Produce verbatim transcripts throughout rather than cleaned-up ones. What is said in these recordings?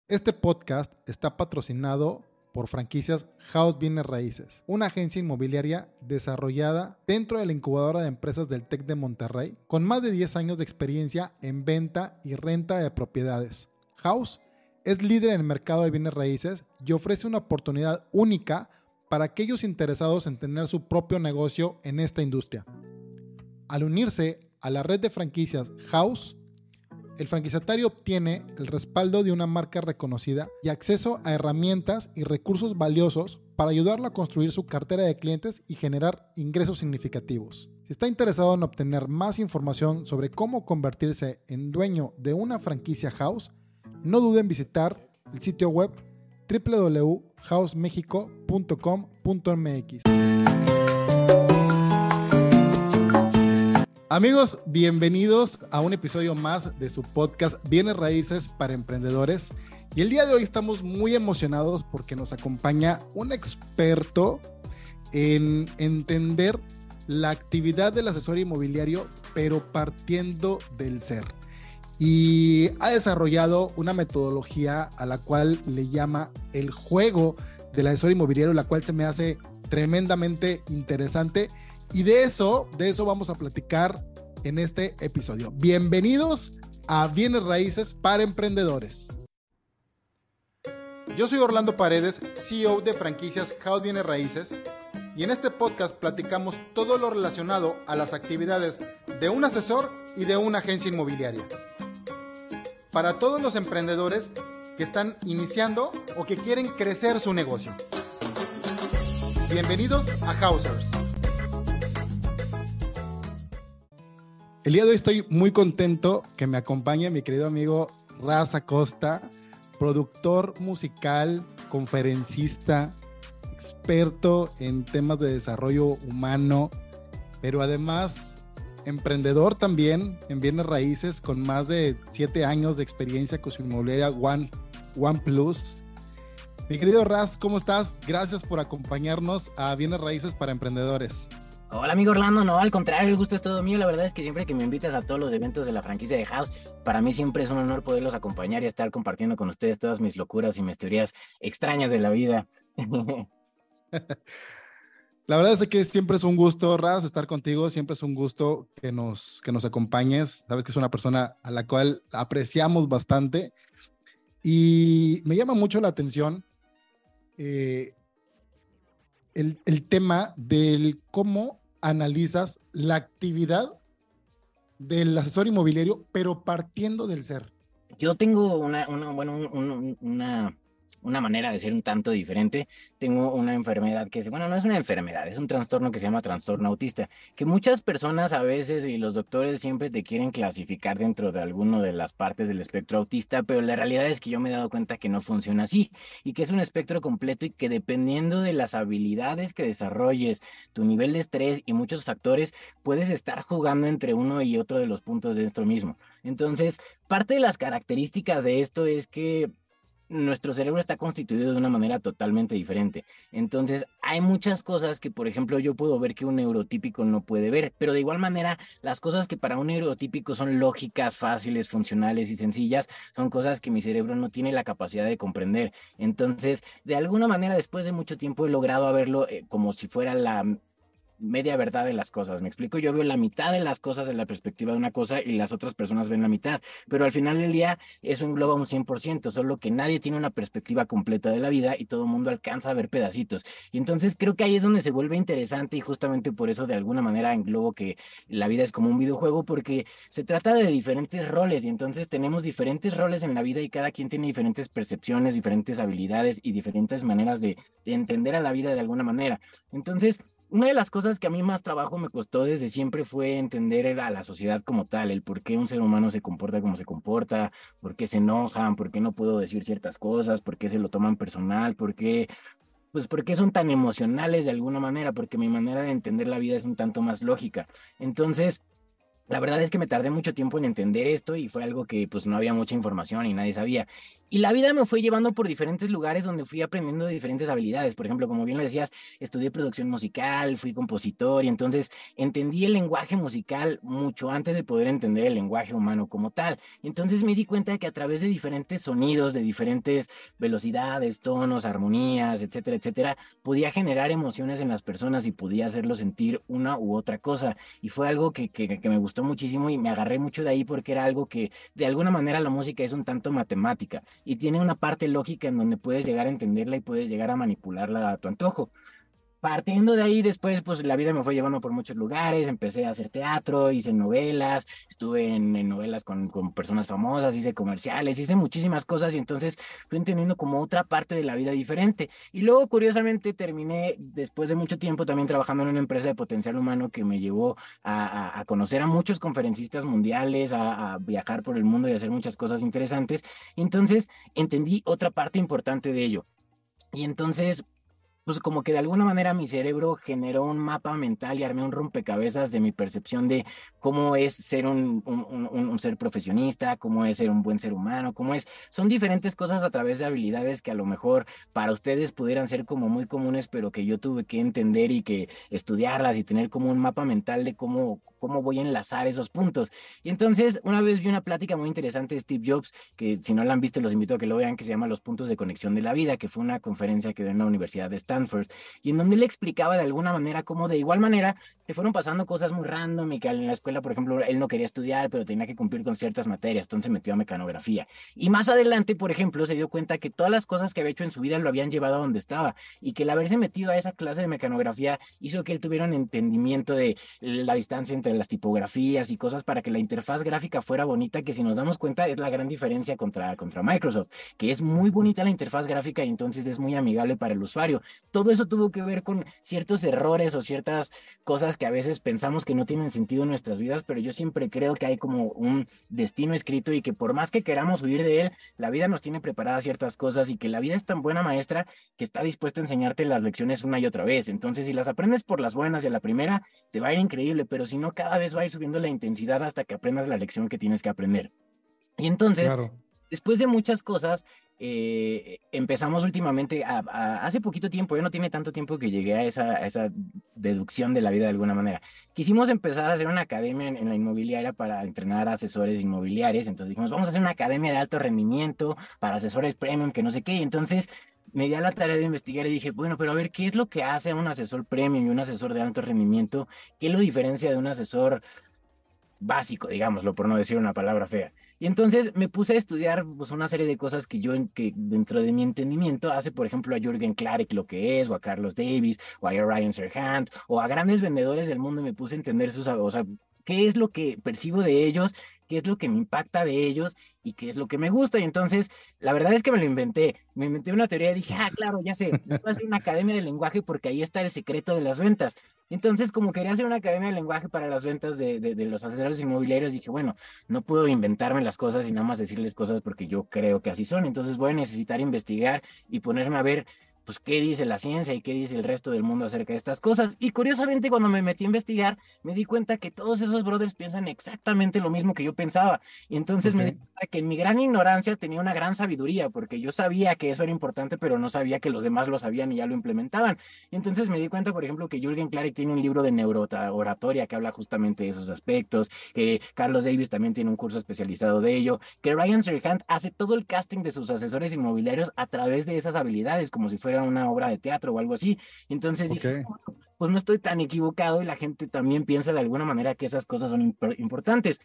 Este podcast está patrocinado por Franquicias House Bienes Raíces, una agencia inmobiliaria desarrollada dentro de la incubadora de empresas del TEC de Monterrey, con más de diez años de experiencia en venta y renta de propiedades. House es líder en el mercado de bienes raíces y ofrece una oportunidad única para aquellos interesados en tener su propio negocio en esta industria. Al unirse a la red de franquicias House, el franquiciatario obtiene el respaldo de una marca reconocida y acceso a herramientas y recursos valiosos para ayudarlo a construir su cartera de clientes y generar ingresos significativos. Si está interesado en obtener más información sobre cómo convertirse en dueño de una franquicia House, no duden en visitar el sitio web doble u doble u doble u punto house mexico punto com punto m x. Amigos, bienvenidos a un episodio más de su podcast Bienes Raíces para Emprendedores. Y el día de hoy estamos muy emocionados porque nos acompaña un experto en entender la actividad del asesor inmobiliario, pero partiendo del ser. Y ha desarrollado una metodología a la cual le llama el juego del asesor inmobiliario, la cual se me hace tremendamente interesante. Y de eso, de eso vamos a platicar en este episodio. Bienvenidos a Bienes Raíces para Emprendedores. Yo soy Orlando Paredes, C E O de Franquicias House Bienes Raíces, y en este podcast platicamos todo lo relacionado a las actividades de un asesor y de una agencia inmobiliaria. Para todos los emprendedores que están iniciando o que quieren crecer su negocio. Bienvenidos a Housers. El día de hoy estoy muy contento que me acompañe mi querido amigo Raz Acosta, productor musical, conferencista, experto en temas de desarrollo humano, pero además emprendedor también en bienes raíces con más de siete años de experiencia con su inmobiliaria One, One Plus. Mi querido Raz, ¿cómo estás? Gracias por acompañarnos a Bienes Raíces para Emprendedores. Hola amigo Orlando, no, al contrario, el gusto es todo mío. La verdad es que siempre que me invitas a todos los eventos de la franquicia de House, para mí siempre es un honor poderlos acompañar y estar compartiendo con ustedes todas mis locuras y mis teorías extrañas de la vida. La verdad es que siempre es un gusto, Raz, estar contigo. Siempre es un gusto que nos, que nos acompañes. Sabes que es una persona a la cual apreciamos bastante. Y me llama mucho la atención eh, el, el tema del cómo analizas la actividad del asesor inmobiliario, pero partiendo del ser. Yo tengo una, una bueno, un, un, una... una manera de ser un tanto diferente. Tengo una enfermedad que es, bueno, no es una enfermedad, es un trastorno que se llama trastorno autista, que muchas personas a veces y los doctores siempre te quieren clasificar dentro de alguna de las partes del espectro autista, pero la realidad es que yo me he dado cuenta que no funciona así y que es un espectro completo y que dependiendo de las habilidades que desarrolles, tu nivel de estrés y muchos factores, puedes estar jugando entre uno y otro de los puntos de esto mismo. Entonces, parte de las características de esto es que nuestro cerebro está constituido de una manera totalmente diferente. Entonces, hay muchas cosas que, por ejemplo, yo puedo ver que un neurotípico no puede ver, pero de igual manera, las cosas que para un neurotípico son lógicas, fáciles, funcionales y sencillas, son cosas que mi cerebro no tiene la capacidad de comprender. Entonces, de alguna manera, después de mucho tiempo, he logrado verlo eh, como si fuera la media verdad de las cosas. ¿Me explico? Yo veo la mitad de las cosas en la perspectiva de una cosa y las otras personas ven la mitad, pero al final del día eso engloba un cien por ciento, solo que nadie tiene una perspectiva completa de la vida y todo el mundo alcanza a ver pedacitos. Y entonces creo que ahí es donde se vuelve interesante y justamente por eso de alguna manera englobo que la vida es como un videojuego, porque se trata de diferentes roles y entonces tenemos diferentes roles en la vida y cada quien tiene diferentes percepciones, diferentes habilidades y diferentes maneras de, de entender a la vida de alguna manera. Entonces, una de las cosas que a mí más trabajo me costó desde siempre fue entender a la sociedad como tal, el por qué un ser humano se comporta como se comporta, por qué se enojan, por qué no puedo decir ciertas cosas, por qué se lo toman personal, por qué, pues, por qué son tan emocionales de alguna manera, porque mi manera de entender la vida es un tanto más lógica. Entonces, la verdad es que me tardé mucho tiempo en entender esto y fue algo que pues no había mucha información y nadie sabía. Y la vida me fue llevando por diferentes lugares donde fui aprendiendo diferentes habilidades. Por ejemplo, como bien lo decías, estudié producción musical, fui compositor y entonces entendí el lenguaje musical mucho antes de poder entender el lenguaje humano como tal. Entonces me di cuenta de que a través de diferentes sonidos, de diferentes velocidades, tonos, armonías, etcétera, etcétera, podía generar emociones en las personas y podía hacerlos sentir una u otra cosa. Y fue algo que, que, que me gustó muchísimo y me agarré mucho de ahí porque era algo que de alguna manera la música es un tanto matemática y tiene una parte lógica en donde puedes llegar a entenderla y puedes llegar a manipularla a tu antojo. Partiendo de ahí, después, pues la vida me fue llevando por muchos lugares, empecé a hacer teatro, hice novelas, estuve en, en novelas con, con personas famosas, hice comerciales, hice muchísimas cosas y entonces fui entendiendo como otra parte de la vida diferente. Y luego, curiosamente, terminé, después de mucho tiempo, también trabajando en una empresa de potencial humano que me llevó a, a, a conocer a muchos conferencistas mundiales, a, a viajar por el mundo y a hacer muchas cosas interesantes. Y entonces entendí otra parte importante de ello. Y entonces pues como que de alguna manera mi cerebro generó un mapa mental y armé un rompecabezas de mi percepción de cómo es ser un, un, un, un ser profesionista, cómo es ser un buen ser humano, cómo es, son diferentes cosas a través de habilidades que a lo mejor para ustedes pudieran ser como muy comunes, pero que yo tuve que entender y que estudiarlas y tener como un mapa mental de cómo, cómo voy a enlazar esos puntos. Y entonces una vez vi una plática muy interesante de Steve Jobs, que si no la han visto los invito a que lo vean, que se llama Los puntos de conexión de la vida, que fue una conferencia que dio en la Universidad de Stanford. Y en donde él explicaba de alguna manera cómo de igual manera le fueron pasando cosas muy random y que en la escuela, por ejemplo, él no quería estudiar, pero tenía que cumplir con ciertas materias, entonces se metió a mecanografía. Y más adelante, por ejemplo, se dio cuenta que todas las cosas que había hecho en su vida lo habían llevado a donde estaba y que el haberse metido a esa clase de mecanografía hizo que él tuviera un entendimiento de la distancia entre las tipografías y cosas para que la interfaz gráfica fuera bonita, que si nos damos cuenta es la gran diferencia contra, contra Microsoft, que es muy bonita la interfaz gráfica y entonces es muy amigable para el usuario. Todo eso tuvo que ver con ciertos errores o ciertas cosas que a veces pensamos que no tienen sentido en nuestras vidas, pero yo siempre creo que hay como un destino escrito y que por más que queramos huir de él, la vida nos tiene preparadas ciertas cosas y que la vida es tan buena maestra que está dispuesta a enseñarte las lecciones una y otra vez. Entonces, si las aprendes por las buenas y a la primera, te va a ir increíble, pero si no, cada vez va a ir subiendo la intensidad hasta que aprendas la lección que tienes que aprender. Y entonces, Claro. después de muchas cosas, eh, empezamos últimamente, a, a, hace poquito tiempo, yo no tiene tanto tiempo que llegué a esa, a esa deducción de la vida de alguna manera. Quisimos empezar a hacer una academia en, en la inmobiliaria para entrenar a asesores inmobiliarios, entonces dijimos, vamos a hacer una academia de alto rendimiento para asesores premium, que no sé qué, y entonces me di a la tarea de investigar y dije, bueno, pero a ver, ¿qué es lo que hace a un asesor premium y un asesor de alto rendimiento? ¿Qué lo diferencia de un asesor básico, digámoslo, por no decir una palabra fea? Y entonces me puse a estudiar pues, una serie de cosas que yo, que dentro de mi entendimiento, hace, por ejemplo, a Jürgen Klarik lo que es, o a Carlos Davis, o a Ryan Serhant, o a grandes vendedores del mundo, y me puse a entender sus, o sea, qué es lo que percibo de ellos, qué es lo que me impacta de ellos y qué es lo que me gusta. Y entonces, la verdad es que me lo inventé. Me inventé una teoría y dije, ah, claro, ya sé, voy a hacer una academia de lenguaje porque ahí está el secreto de las ventas. Entonces, como quería hacer una academia de lenguaje para las ventas de, de, de los asesores inmobiliarios, dije, bueno, no puedo inventarme las cosas y nada más decirles cosas porque yo creo que así son. Entonces voy a necesitar investigar y ponerme a ver pues qué dice la ciencia y qué dice el resto del mundo acerca de estas cosas. Y curiosamente, cuando me metí a investigar, me di cuenta que todos esos brothers piensan exactamente lo mismo que yo pensaba. Y entonces okay. me di cuenta que en mi gran ignorancia tenía una gran sabiduría, porque yo sabía que eso era importante, pero no sabía que los demás lo sabían y ya lo implementaban. Y entonces me di cuenta, por ejemplo, que Jürgen Klarik tiene un libro de neurooratoria que habla justamente de esos aspectos, que Carlos Davis también tiene un curso especializado de ello, que Ryan Serhant hace todo el casting de sus asesores inmobiliarios a través de esas habilidades, como si fuera una obra de teatro o algo así. Entonces okay. dije, bueno, pues no estoy tan equivocado y la gente también piensa de alguna manera que esas cosas son imp importantes.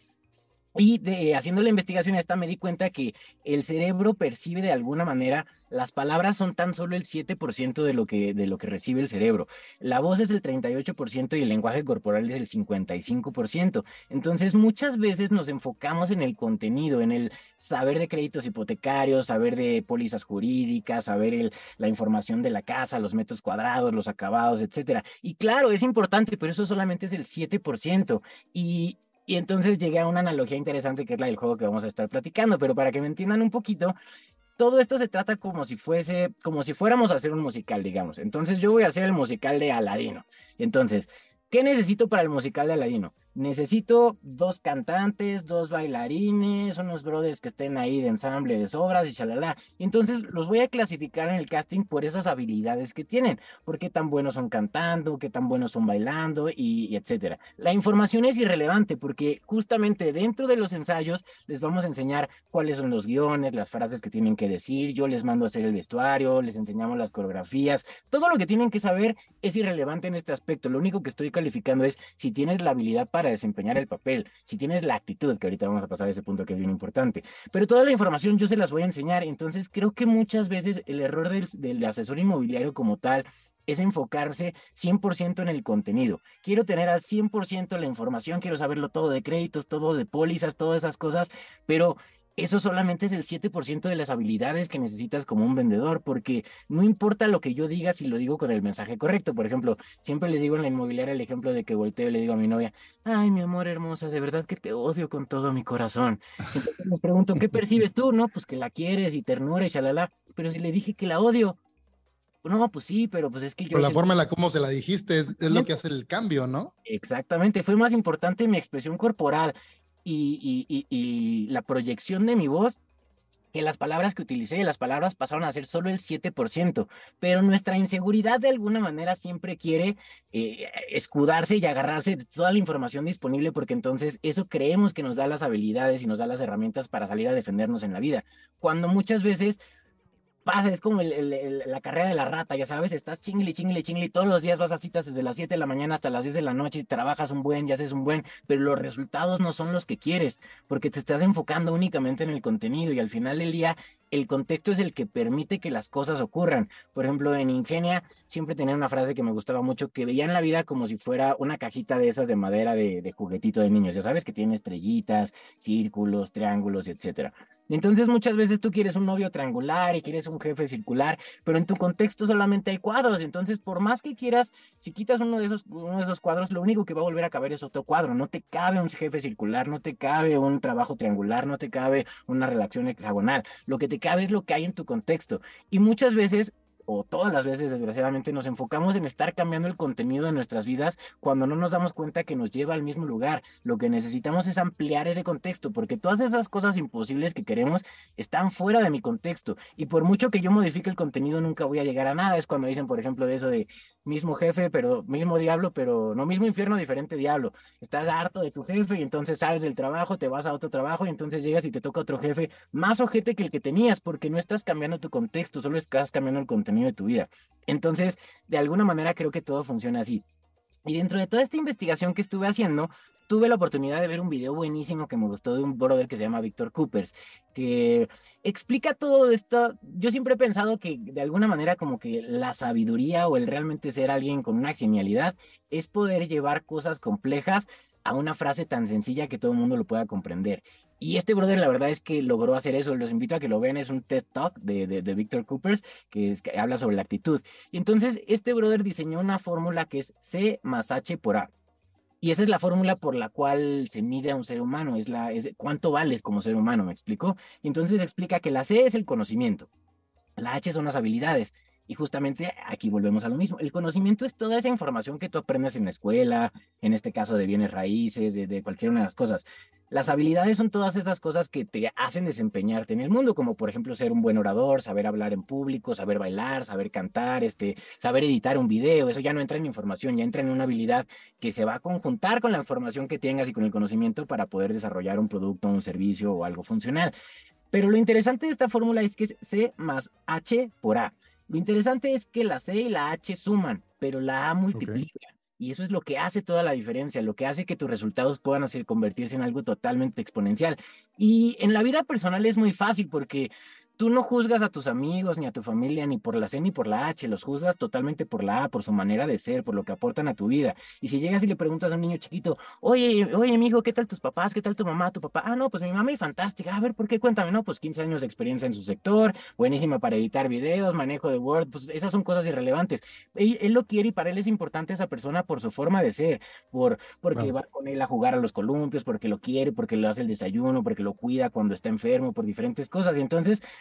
Y de, haciendo la investigación esta me di cuenta que el cerebro percibe de alguna manera, las palabras son tan solo el siete por ciento de lo que, de lo que recibe el cerebro. La voz es el treinta y ocho por ciento y el lenguaje corporal es el cincuenta y cinco por ciento. Entonces muchas veces nos enfocamos en el contenido, en el saber de créditos hipotecarios, saber de pólizas jurídicas, saber el, la información de la casa, los metros cuadrados, los acabados, etcétera. Y claro, es importante, pero eso solamente es el siete por ciento. Y Y entonces llegué a una analogía interesante que es la del juego que vamos a estar platicando, pero para que me entiendan un poquito, todo esto se trata como si fuese, como si fuéramos a hacer un musical, digamos. Entonces yo voy a hacer el musical de Aladino. Entonces, ¿qué necesito para el musical de Aladino? necesito dos cantantes, dos bailarines, unos brothers que estén ahí de ensamble de sobras y shalala. Y entonces los voy a clasificar en el casting por esas habilidades que tienen, por qué tan buenos son cantando, qué tan buenos son bailando y, y etcétera. La información es irrelevante porque justamente dentro de los ensayos les vamos a enseñar cuáles son los guiones, las frases que tienen que decir, yo les mando a hacer el vestuario, les enseñamos las coreografías, todo lo que tienen que saber es irrelevante en este aspecto. Lo único que estoy calificando es si tienes la habilidad para desempeñar el papel, si tienes la actitud, que ahorita vamos a pasar a ese punto que es bien importante. Pero toda la información yo se las voy a enseñar. Entonces creo que muchas veces el error del, del asesor inmobiliario como tal es enfocarse cien por ciento en el contenido. Quiero tener al cien por ciento la información, quiero saberlo todo de créditos, todo de pólizas, todas esas cosas, pero eso solamente es el siete por ciento de las habilidades que necesitas como un vendedor, porque no importa lo que yo diga si lo digo con el mensaje correcto. Por ejemplo, siempre les digo en la inmobiliaria el ejemplo de que volteo y le digo a mi novia, ay, mi amor hermosa, de verdad que te odio con todo mi corazón. Entonces me pregunto, ¿qué percibes tú? No, pues que la quieres y ternura y shalala, pero si le dije que la odio, no, pues sí, pero pues es que yo... Pero Es la el... forma en la cómo se la dijiste es, es lo que hace el cambio, ¿no? Exactamente, fue más importante mi expresión corporal y, y, y, y la proyección de mi voz que las palabras que utilicé. Las palabras pasaron a ser solo el siete por ciento, pero nuestra inseguridad de alguna manera siempre quiere eh, escudarse y agarrarse de toda la información disponible, porque entonces eso creemos que nos da las habilidades y nos da las herramientas para salir a defendernos en la vida, cuando muchas veces pasa, es como el, el, el, la carrera de la rata, ya sabes, estás chingle, chingle, chingle, y todos los días vas a citas desde las siete de la mañana hasta las diez de la noche, y trabajas un buen, ya haces un buen, pero los resultados no son los que quieres, porque te estás enfocando únicamente en el contenido, y al final del día, el contexto es el que permite que las cosas ocurran. Por ejemplo, en Ingenia siempre tenía una frase que me gustaba mucho, que veían la vida como si fuera una cajita de esas de madera de, de juguetito de niños, ya sabes, que tiene estrellitas, círculos, triángulos, etcétera. Entonces muchas veces tú quieres un novio triangular y quieres un jefe circular, pero en tu contexto solamente hay cuadros. Entonces, por más que quieras, si quitas uno de esos, uno de esos cuadros, lo único que va a volver a caber es otro cuadro. No te cabe un jefe circular, no te cabe un trabajo triangular, no te cabe una relación hexagonal. Lo que te cabe es lo que hay en tu contexto. Y muchas veces, o todas las veces, desgraciadamente, nos enfocamos en estar cambiando el contenido de nuestras vidas cuando no nos damos cuenta que nos lleva al mismo lugar. Lo que necesitamos es ampliar ese contexto, porque todas esas cosas imposibles que queremos están fuera de mi contexto, y por mucho que yo modifique el contenido nunca voy a llegar a nada. Es cuando dicen, por ejemplo, de eso de mismo jefe, pero mismo diablo, pero no, mismo infierno, diferente diablo. Estás harto de tu jefe y entonces sales del trabajo, te vas a otro trabajo y entonces llegas y te toca otro jefe más ojete que el que tenías, porque no estás cambiando tu contexto, solo estás cambiando el contenido de tu vida. Entonces, de alguna manera creo que todo funciona así. Y dentro de toda esta investigación que estuve haciendo, tuve la oportunidad de ver un video buenísimo que me gustó de un brother que se llama Víctor Coopers, que explica todo esto. Yo siempre he pensado que de alguna manera como que la sabiduría o el realmente ser alguien con una genialidad es poder llevar cosas complejas a una frase tan sencilla que todo el mundo lo pueda comprender. Y este brother, la verdad es que logró hacer eso. Los invito a que lo vean. Es un TED Talk de, de, de Víctor Coopers que, es, que habla sobre la actitud. Y entonces este brother diseñó una fórmula que es C más H por A. Y esa es la fórmula por la cual se mide a un ser humano. Es, la, es cuánto vales como ser humano, ¿me explicó? Y entonces explica que la C es el conocimiento. La H son las habilidades. Y justamente aquí volvemos a lo mismo. El conocimiento es toda esa información que tú aprendes en la escuela, en este caso de bienes raíces, de, de cualquier una de las cosas. Las habilidades son todas esas cosas que te hacen desempeñarte en el mundo, como por ejemplo ser un buen orador, saber hablar en público, saber bailar, saber cantar, este, saber editar un video. Eso ya no entra en información, ya entra en una habilidad que se va a conjuntar con la información que tengas y con el conocimiento para poder desarrollar un producto, un servicio o algo funcional. Pero lo interesante de esta fórmula es que es C más H por A. Lo interesante es que la C y la H suman, pero la A multiplica. Okay. Y eso es lo que hace toda la diferencia, lo que hace que tus resultados puedan hacer convertirse en algo totalmente exponencial. Y en la vida personal es muy fácil porque tú no juzgas a tus amigos ni a tu familia ni por la C ni por la H, los juzgas totalmente por la A, por su manera de ser, por lo que aportan a tu vida. Y si llegas y le preguntas a un niño chiquito, oye, oye, mijo, ¿qué tal tus papás? ¿Qué tal tu mamá, tu papá? Ah, no, pues mi mamá y fantástica. A ver, ¿por qué? Cuéntame. No, pues quince años de experiencia en su sector, buenísima para editar videos, manejo de Word, pues esas son cosas irrelevantes. Él, él lo quiere y para él es importante esa persona por su forma de ser, por, porque wow. va con él a jugar a los columpios, porque lo quiere, porque le hace el desayuno, porque lo cuida cuando está enfermo, por diferentes cosas. Y entonces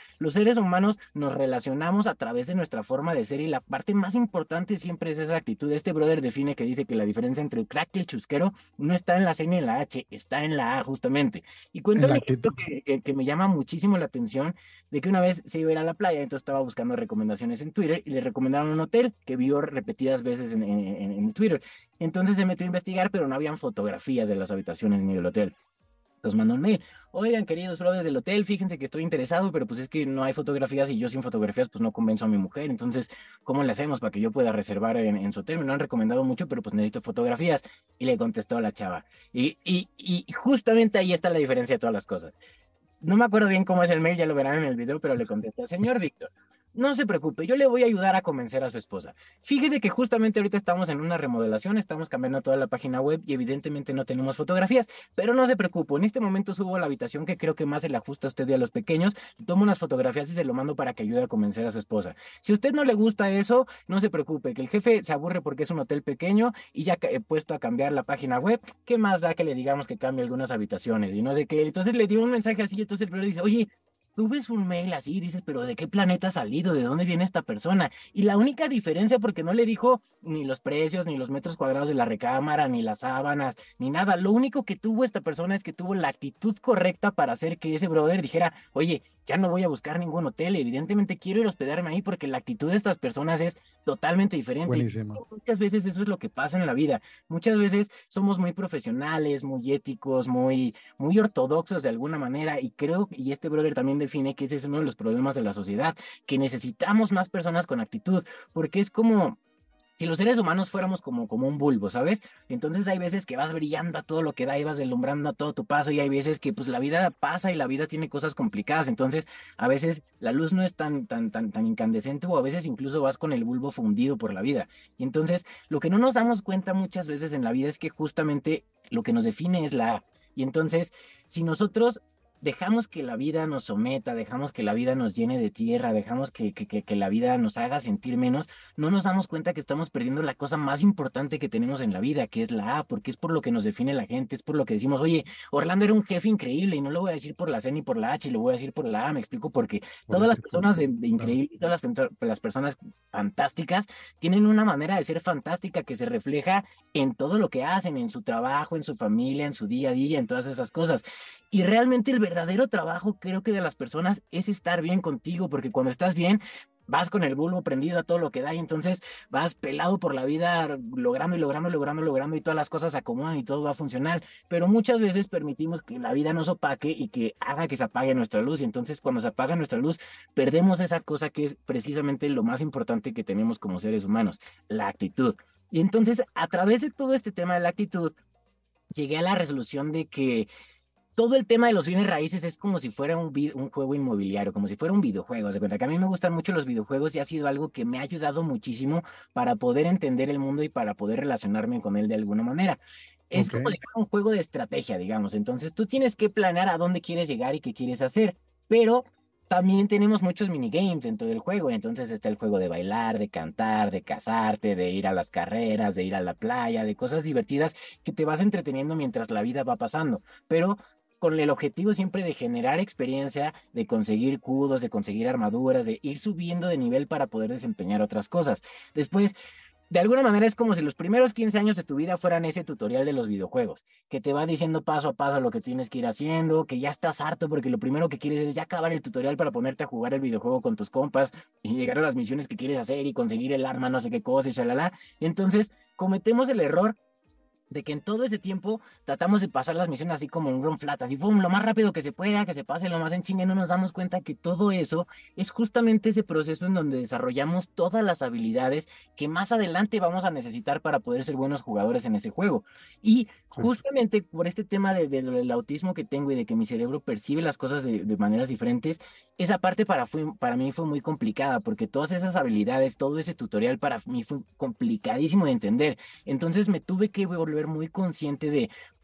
los seres humanos nos relacionamos a través de nuestra forma de ser y la parte más importante siempre es esa actitud. Este brother define que dice que la diferencia entre el crack y el chusquero no está en la C ni en la H, está en la A justamente. Y cuenta En la un ejemplo actitud. que, que, que me llama muchísimo la atención de que una vez se iba a ir a la playa, entonces estaba buscando recomendaciones en Twitter y le recomendaron un hotel que vio repetidas veces en, en, en, en Twitter. Entonces se metió a investigar, pero no habían fotografías de las habitaciones ni del hotel. Los mandó un mail. Oigan, queridos brothers del hotel, fíjense que estoy interesado, pero pues es que no hay fotografías y yo sin fotografías pues no convenzo a mi mujer. Entonces, ¿cómo le hacemos para que yo pueda reservar en, en su hotel? Me lo han recomendado mucho, pero pues necesito fotografías. Y le contestó a la chava. Y, y, y justamente ahí está la diferencia de todas las cosas. No me acuerdo bien cómo es el mail, ya lo verán en el video, pero le contesta, señor Víctor, no se preocupe, yo le voy a ayudar a convencer a su esposa. Fíjese que justamente ahorita estamos en una remodelación, estamos cambiando toda la página web y evidentemente no tenemos fotografías, pero no se preocupe, en este momento subo a la habitación que creo que más se le ajusta a usted y a los pequeños, tomo unas fotografías y se lo mando para que ayude a convencer a su esposa. Si a usted no le gusta eso, no se preocupe, que el jefe se aburre porque es un hotel pequeño y ya he puesto a cambiar la página web, ¿qué más da que le digamos que cambie algunas habitaciones? Y no de que, entonces le dio un mensaje así, entonces el primero dice, oye, tú ves un mail así y dices, pero ¿de qué planeta ha salido? ¿De dónde viene esta persona? Y la única diferencia, porque no le dijo ni los precios, ni los metros cuadrados de la recámara, ni las sábanas, ni nada. Lo único que tuvo esta persona es que tuvo la actitud correcta para hacer que ese brother dijera, oye, ya no voy a buscar ningún hotel, evidentemente quiero ir a hospedarme ahí porque la actitud de estas personas es totalmente diferente. Buenísimo. Y muchas veces eso es lo que pasa en la vida. Muchas veces somos muy profesionales, muy éticos, muy, muy ortodoxos de alguna manera y creo, y este brother también define que ese es uno de los problemas de la sociedad, que necesitamos más personas con actitud, porque es como si los seres humanos fuéramos como, como un bulbo, ¿sabes? Entonces hay veces que vas brillando a todo lo que da y vas deslumbrando a todo tu paso y hay veces que pues la vida pasa y la vida tiene cosas complicadas, entonces a veces la luz no es tan, tan, tan, tan incandescente o a veces incluso vas con el bulbo fundido por la vida. Y entonces lo que no nos damos cuenta muchas veces en la vida es que justamente lo que nos define es la A. Y entonces si nosotros dejamos que la vida nos someta, dejamos que la vida nos llene de tierra, dejamos que, que, que, que la vida nos haga sentir menos, no nos damos cuenta que estamos perdiendo la cosa más importante que tenemos en la vida, que es la A, porque es por lo que nos define la gente, es por lo que decimos, oye, Orlando era un jefe increíble y no lo voy a decir por la C ni por la H, lo voy a decir por la A, me explico, porque Por la todas las actitud. personas de, de Claro. increíbles, todas las, las personas fantásticas tienen una manera de ser fantástica que se refleja en todo lo que hacen, en su trabajo, en su familia, en su día a día, en todas esas cosas. Y realmente el verdadero trabajo creo que de las personas es estar bien contigo, porque cuando estás bien, vas con el bulbo prendido a todo lo que da y entonces vas pelado por la vida logrando y logrando, logrando, logrando y todas las cosas se acomodan y todo va a funcionar, pero muchas veces permitimos que la vida nos opaque y que haga que se apague nuestra luz y entonces cuando se apaga nuestra luz perdemos esa cosa que es precisamente lo más importante que tenemos como seres humanos, la actitud. Y entonces a través de todo este tema de la actitud, llegué a la resolución de que todo el tema de los bienes raíces es como si fuera un, un juego inmobiliario, como si fuera un videojuego. Se cuenta que a mí me gustan mucho los videojuegos y ha sido algo que me ha ayudado muchísimo para poder entender el mundo y para poder relacionarme con él de alguna manera. Es Ok. como si fuera un juego de estrategia, digamos. Entonces tú tienes que planear a dónde quieres llegar y qué quieres hacer, pero también tenemos muchos minigames dentro del juego. Entonces está el juego de bailar, de cantar, de casarte, de ir a las carreras, de ir a la playa, de cosas divertidas que te vas entreteniendo mientras la vida va pasando. Pero con el objetivo siempre de generar experiencia, de conseguir cudos, de conseguir armaduras, de ir subiendo de nivel para poder desempeñar otras cosas. Después, de alguna manera es como si los primeros quince años de tu vida fueran ese tutorial de los videojuegos, que te va diciendo paso a paso lo que tienes que ir haciendo, que ya estás harto porque lo primero que quieres es ya acabar el tutorial para ponerte a jugar el videojuego con tus compas y llegar a las misiones que quieres hacer y conseguir el arma, no sé qué cosa y shalala. Entonces, cometemos el error de que en todo ese tiempo tratamos de pasar las misiones así como un run flat, así fue lo más rápido que se pueda, que se pase lo más en chinga, y no nos damos cuenta que todo eso es justamente ese proceso en donde desarrollamos todas las habilidades que más adelante vamos a necesitar para poder ser buenos jugadores en ese juego. Y Exacto. justamente por este tema de, de, del autismo que tengo y de que mi cerebro percibe las cosas de, de maneras diferentes, esa parte para, fue, para mí fue muy complicada, porque todas esas habilidades, todo ese tutorial para mí fue complicadísimo de entender. Entonces me tuve que volver muy consciente de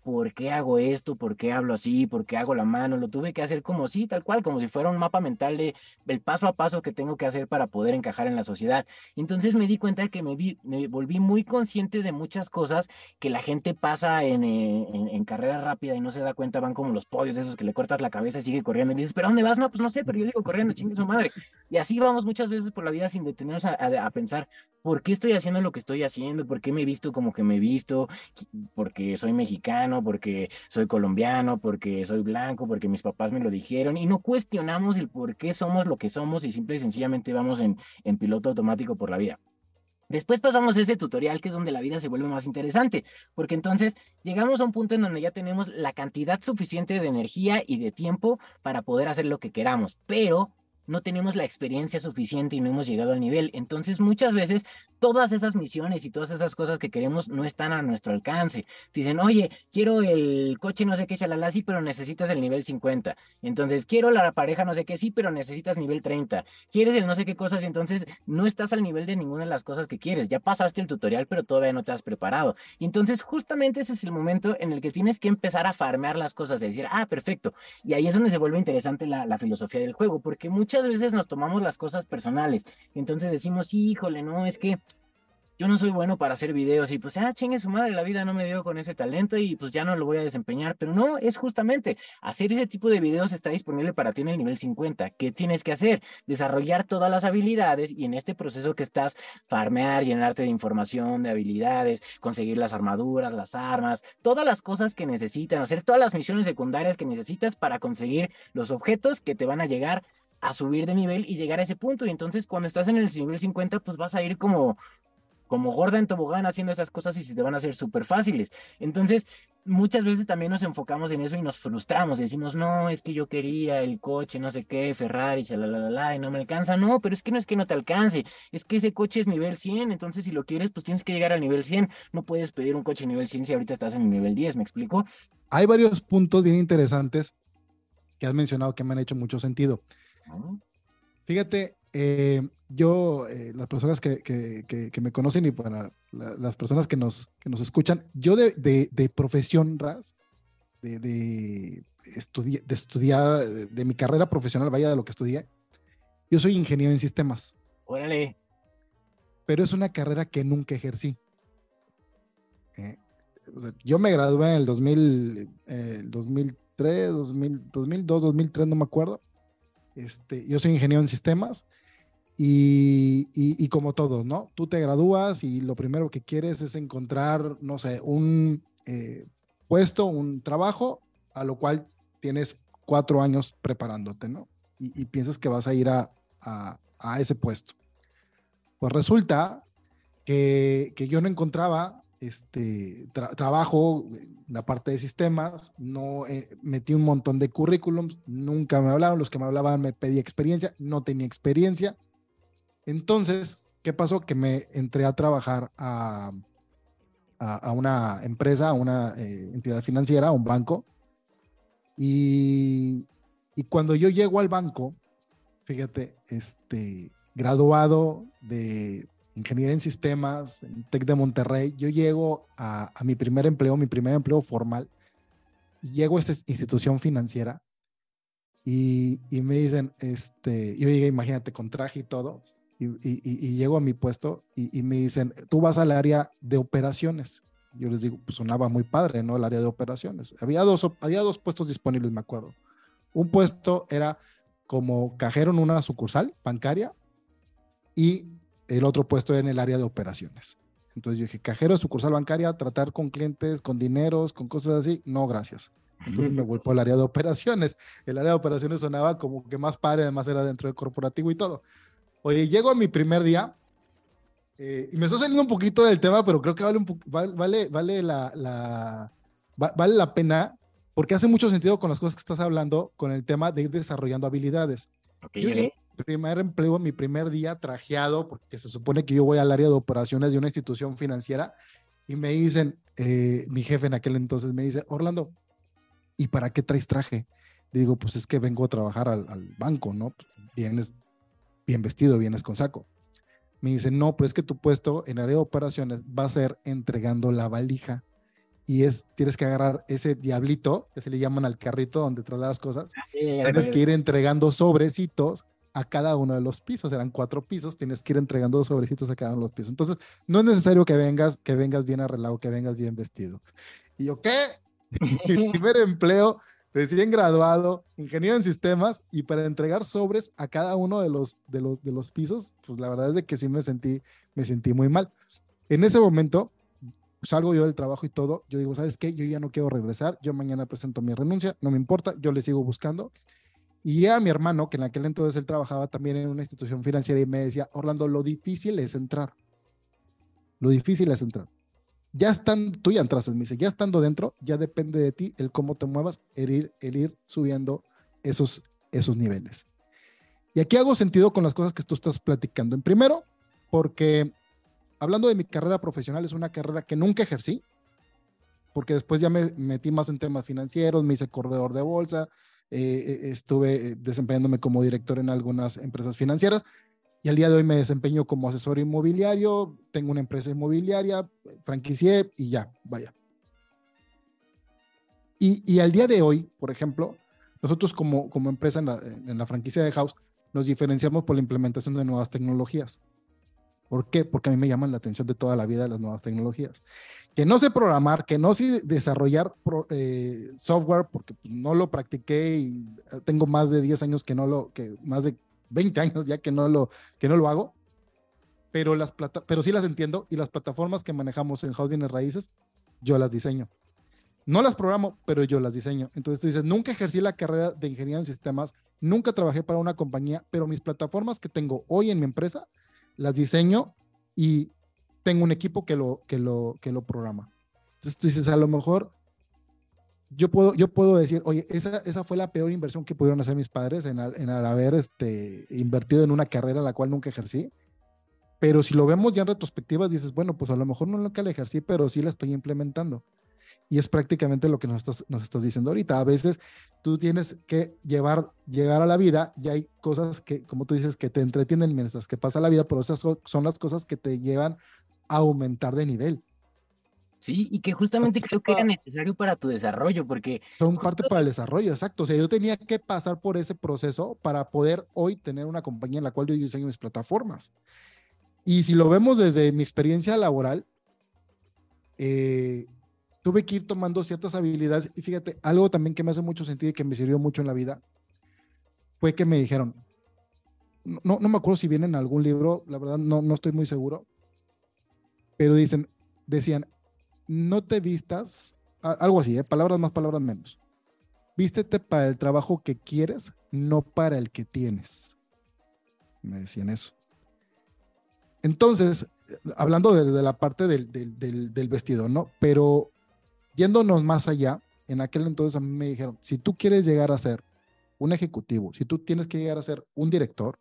por qué hago esto, por qué hablo así, por qué hago la mano, lo tuve que hacer como sí, tal cual, como si fuera un mapa mental de el paso a paso que tengo que hacer para poder encajar en la sociedad. Entonces me di cuenta que me, vi, me volví muy consciente de muchas cosas que la gente pasa en, eh, en, en carrera rápida y no se da cuenta, van como los podios esos que le cortas la cabeza y sigue corriendo y dices, ¿pero dónde vas? No, pues no sé, pero yo digo corriendo, chingue su madre. Y así vamos muchas veces por la vida sin detenernos a, a, a pensar, ¿por qué estoy haciendo lo que estoy haciendo? ¿Por qué me he visto como que me he visto? Porque soy mexicano, porque soy colombiano, porque soy blanco, porque mis papás me lo dijeron y no cuestionamos el por qué somos lo que somos y simple y sencillamente vamos en, en piloto automático por la vida. Después pasamos a ese tutorial que es donde la vida se vuelve más interesante, porque entonces llegamos a un punto en donde ya tenemos la cantidad suficiente de energía y de tiempo para poder hacer lo que queramos, pero no tenemos la experiencia suficiente y no hemos llegado al nivel. Entonces muchas veces todas esas misiones y todas esas cosas que queremos no están a nuestro alcance. Dicen, oye, quiero el coche no sé qué, chalala, sí, pero necesitas el nivel cincuenta. Entonces, quiero la pareja no sé qué, sí, pero necesitas nivel treinta. Quieres el no sé qué cosas y entonces no estás al nivel de ninguna de las cosas que quieres. Ya pasaste el tutorial, pero todavía no te has preparado. Y entonces justamente ese es el momento en el que tienes que empezar a farmear las cosas y decir, ah, perfecto. Y ahí es donde se vuelve interesante la, la filosofía del juego, porque muchas veces nos tomamos las cosas personales. Entonces decimos, híjole, no, es que yo no soy bueno para hacer videos y pues, ah, chingue su madre, la vida no me dio con ese talento y pues ya no lo voy a desempeñar, pero no, es justamente hacer ese tipo de videos está disponible para ti en el nivel cincuenta. ¿Qué tienes que hacer? Desarrollar todas las habilidades y en este proceso que estás, farmear, llenarte de información, de habilidades, conseguir las armaduras, las armas, todas las cosas que necesitan, hacer todas las misiones secundarias que necesitas para conseguir los objetos que te van a llegar a subir de nivel y llegar a ese punto. Y entonces cuando estás en el nivel cincuenta, pues vas a ir como como gorda en tobogán haciendo esas cosas y se te van a hacer súper fáciles. Entonces, muchas veces también nos enfocamos en eso y nos frustramos y decimos, no, es que yo quería el coche, no sé qué, Ferrari, la y no me alcanza. No, pero es que no es que no te alcance, es que ese coche es nivel cien, entonces si lo quieres, pues tienes que llegar al nivel cien. No puedes pedir un coche nivel cien si ahorita estás en el nivel diez, ¿me explico? Hay varios puntos bien interesantes que has mencionado que me han hecho mucho sentido. Uh-huh. Fíjate, eh, yo, eh, las personas que, que, que, que me conocen y para la, las personas que nos, que nos escuchan, yo de, de, de profesión, Raz, de, de, estudi de estudiar, de, de mi carrera profesional, vaya de lo que estudié, yo soy ingeniero en sistemas. Órale. Pero es una carrera que nunca ejercí. Eh, o sea, yo me gradué en el dos mil, eh, dos mil tres, dos mil, dos mil dos, dos mil tres, no me acuerdo. Este, yo soy ingeniero en sistemas. Y, y, y como todos, ¿no? Tú te gradúas y lo primero que quieres es encontrar, no sé, un eh, puesto, un trabajo, a lo cual tienes cuatro años preparándote, ¿no? Y, y piensas que vas a ir a, a, a ese puesto. Pues resulta que, que yo no encontraba este, tra trabajo en la parte de sistemas, no eh, metí un montón de currículums, nunca me hablaron, los que me hablaban me pedí experiencia, no tenía experiencia. Entonces, ¿qué pasó? Que me entré a trabajar a, a, a una empresa, a una eh, entidad financiera, a un banco. Y, y cuando yo llego al banco, fíjate, este, graduado de ingeniería en sistemas, en Tec de Monterrey, yo llego a, a mi primer empleo, mi primer empleo formal, y llego a esta institución financiera y, y me dicen, este, yo llegué, imagínate, con traje y todo. Y, y, y llego a mi puesto y, y me dicen, tú vas al área de operaciones. Yo les digo, pues sonaba muy padre, ¿no? El área de operaciones. Había dos, había dos puestos disponibles, me acuerdo. Un puesto era como cajero en una sucursal bancaria y el otro puesto era en el área de operaciones. Entonces yo dije, cajero, sucursal bancaria, tratar con clientes, con dineros, con cosas así, no, gracias. Entonces me voy por el área de operaciones. El área de operaciones sonaba como que más padre, además era dentro del corporativo y todo. Oye, llego a mi primer día eh, y me estoy saliendo un poquito del tema, pero creo que vale, un vale, vale, vale, la, la, va, vale la pena porque hace mucho sentido con las cosas que estás hablando, con el tema de ir desarrollando habilidades. Okay, yo llegué a mi primer empleo, mi primer día trajeado, porque se supone que yo voy al área de operaciones de una institución financiera y me dicen, eh, mi jefe en aquel entonces me dice, Orlando, ¿y para qué traes traje? Le digo, pues es que vengo a trabajar al, al banco, ¿no? Vienes bien vestido, vienes con saco. Me dice, no, pero es que tu puesto en área de operaciones va a ser entregando la valija y es, tienes que agarrar ese diablito, que se le llaman al carrito donde trasladas cosas, Ah, ya, ya, ya tienes recuerdo. que ir entregando sobrecitos a cada uno de los pisos, eran cuatro pisos, tienes que ir entregando sobrecitos a cada uno de los pisos. Entonces, no es necesario que vengas, que vengas bien arreglado, que vengas bien vestido. Y yo, ¿qué? Mi primer empleo, recién graduado, ingeniero en sistemas, y para entregar sobres a cada uno de los, de los, de los pisos, pues la verdad es de que sí me sentí, me sentí muy mal. En ese momento, salgo yo del trabajo y todo, yo digo, ¿sabes qué? Yo ya no quiero regresar, yo mañana presento mi renuncia, no me importa, yo le sigo buscando. Y a mi hermano, que en aquel entonces él trabajaba también en una institución financiera y me decía, Orlando, lo difícil es entrar, lo difícil es entrar. Ya estando, tú ya entraste, me dice, ya estando dentro, ya depende de ti el cómo te muevas, el ir, el ir subiendo esos, esos niveles. Y aquí hago sentido con las cosas que tú estás platicando. En primero, porque hablando de mi carrera profesional, es una carrera que nunca ejercí, porque después ya me metí más en temas financieros, me hice corredor de bolsa, eh, estuve desempeñándome como director en algunas empresas financieras, y al día de hoy me desempeño como asesor inmobiliario, tengo una empresa inmobiliaria, franquicié y ya, vaya. Y, y al día de hoy, por ejemplo, nosotros como, como empresa en la, en la franquicia de House nos diferenciamos por la implementación de nuevas tecnologías. ¿Por qué? Porque a mí me llaman la atención de toda la vida las nuevas tecnologías. Que no sé programar, que no sé desarrollar pro, eh, software, porque no lo practiqué y tengo más de diez años que no lo, que más de veinte años ya que no lo, que no lo hago, pero, las plata, pero sí las entiendo, y las plataformas que manejamos en House Bienes Raíces, yo las diseño. No las programo, pero yo las diseño. Entonces tú dices, nunca ejercí la carrera de ingeniería en sistemas, nunca trabajé para una compañía, pero mis plataformas que tengo hoy en mi empresa, las diseño y tengo un equipo que lo, que lo, que lo programa. Entonces tú dices, a lo mejor yo puedo, yo puedo decir, oye, esa, esa fue la peor inversión que pudieron hacer mis padres en, al, en al haber este, invertido en una carrera la cual nunca ejercí. Pero si lo vemos ya en retrospectiva, dices, bueno, pues a lo mejor no es lo que la ejercí, pero sí la estoy implementando. Y es prácticamente lo que nos estás, nos estás diciendo ahorita. A veces tú tienes que llevar, llegar a la vida, y hay cosas que, como tú dices, que te entretienen mientras que pasa la vida, pero esas son las cosas que te llevan a aumentar de nivel. Sí, y que justamente creo que era necesario para tu desarrollo, porque Son parte justo, para el desarrollo, exacto. O sea, yo tenía que pasar por ese proceso para poder hoy tener una compañía en la cual yo diseño mis plataformas. Y si lo vemos desde mi experiencia laboral, eh, tuve que ir tomando ciertas habilidades. Y fíjate, algo también que me hace mucho sentido y que me sirvió mucho en la vida fue que me dijeron, no, no me acuerdo si viene en algún libro, la verdad no, no estoy muy seguro, pero dicen, decían, no te vistas, a, algo así, ¿eh? Palabras más, palabras menos. Vístete para el trabajo que quieres, no para el que tienes. Me decían eso. Entonces, hablando de, de la parte del, del, del, del vestido, ¿no? Pero yéndonos más allá, en aquel entonces a mí me dijeron, si tú quieres llegar a ser un ejecutivo, si tú tienes que llegar a ser un director,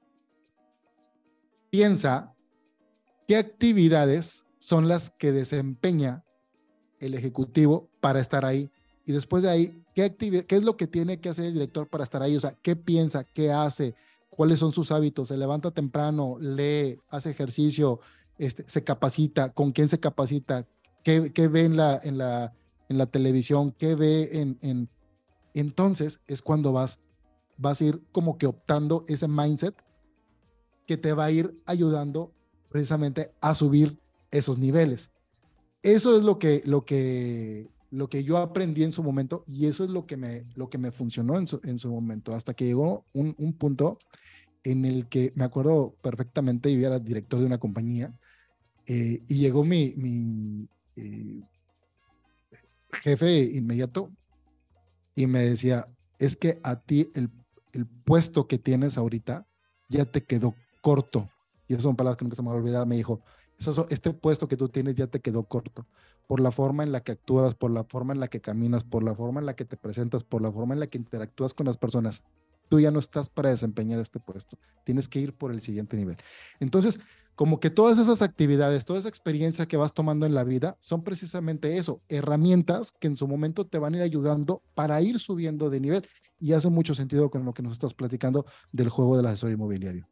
piensa qué actividades son las que desempeña el ejecutivo para estar ahí. Y después de ahí, ¿qué, actividad, ¿qué es lo que tiene que hacer el director para estar ahí? O sea, ¿qué piensa? ¿Qué hace? ¿Cuáles son sus hábitos? ¿Se levanta temprano? ¿Lee? ¿Hace ejercicio? Este, ¿se capacita? ¿Con quién se capacita? ¿Qué, qué ve en la, en, la, en la televisión? ¿Qué ve en, en...? Entonces es cuando vas, vas a ir como que optando ese mindset que te va a ir ayudando precisamente a subir esos niveles. Eso es lo que, lo que, lo que yo aprendí en su momento, y eso es lo que me, lo que me funcionó en su, en su momento, hasta que llegó un, un punto en el que me acuerdo perfectamente, yo era director de una compañía, eh, y llegó mi, mi eh, jefe inmediato y me decía, es que a ti el, el puesto que tienes ahorita ya te quedó corto. Y esas son palabras que nunca se me va a olvidar. Me dijo, este puesto que tú tienes ya te quedó corto por la forma en la que actúas, por la forma en la que caminas, por la forma en la que te presentas, por la forma en la que interactúas con las personas. Tú ya no estás para desempeñar este puesto. Tienes que ir por el siguiente nivel. Entonces, como que todas esas actividades, toda esa experiencia que vas tomando en la vida son precisamente eso, herramientas que en su momento te van a ir ayudando para ir subiendo de nivel. Y hace mucho sentido con lo que nos estás platicando del juego del asesor inmobiliario.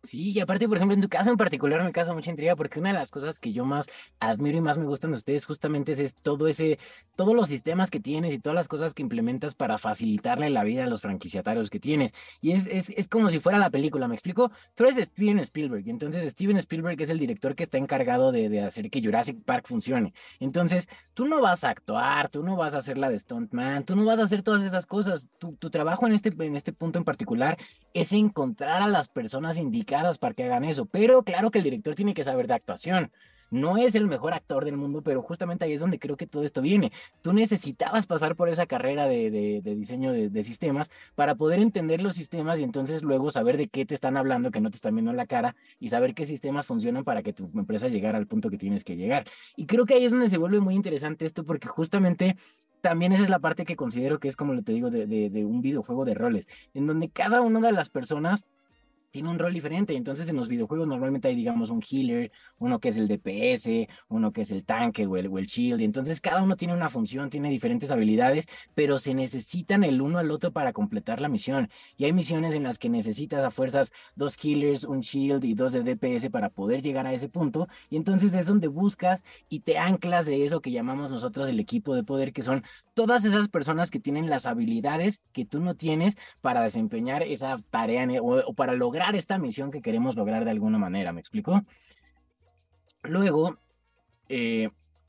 Sí, y aparte, por ejemplo, en tu caso en particular me causa mucha intriga porque una de las cosas que yo más admiro y más me gustan de ustedes justamente es, es todo ese, todos los sistemas que tienes y todas las cosas que implementas para facilitarle la vida a los franquiciatarios que tienes. Y es, es, es como si fuera la película, ¿me explico? Tú eres Steven Spielberg, y entonces Steven Spielberg es el director que está encargado de, de hacer que Jurassic Park funcione. Entonces, tú no vas a actuar, tú no vas a hacer la de Stuntman, tú no vas a hacer todas esas cosas. Tu, tu trabajo en este, en este punto en particular es encontrar a las personas indicadas para que hagan eso. Pero claro que el director tiene que saber de actuación. No es el mejor actor del mundo, pero justamente ahí es donde creo que todo esto viene. Tú necesitabas pasar por esa carrera de, de, de diseño de, de sistemas para poder entender los sistemas y entonces luego saber de qué te están hablando, que no te están viendo en la cara, y saber qué sistemas funcionan para que tu empresa llegara al punto que tienes que llegar. Y creo que ahí es donde se vuelve muy interesante esto, porque justamente también esa es la parte que considero que es, como te digo, de, de, de un videojuego de roles, en donde cada una de las personas tiene un rol diferente. Y entonces en los videojuegos normalmente hay, digamos, un healer, uno que es el D P S, uno que es el tanque o el, o el shield. Y entonces cada uno tiene una función, tiene diferentes habilidades, pero se necesitan el uno al otro para completar la misión. Y hay misiones en las que necesitas a fuerzas dos healers, un shield y dos de D P S para poder llegar a ese punto. Y entonces es donde buscas y te anclas de eso que llamamos nosotros el equipo de poder, que son todas esas personas que tienen las habilidades que tú no tienes para desempeñar esa tarea o, o para lograr esta misión que queremos lograr de alguna manera, ¿me explico? Luego, eh,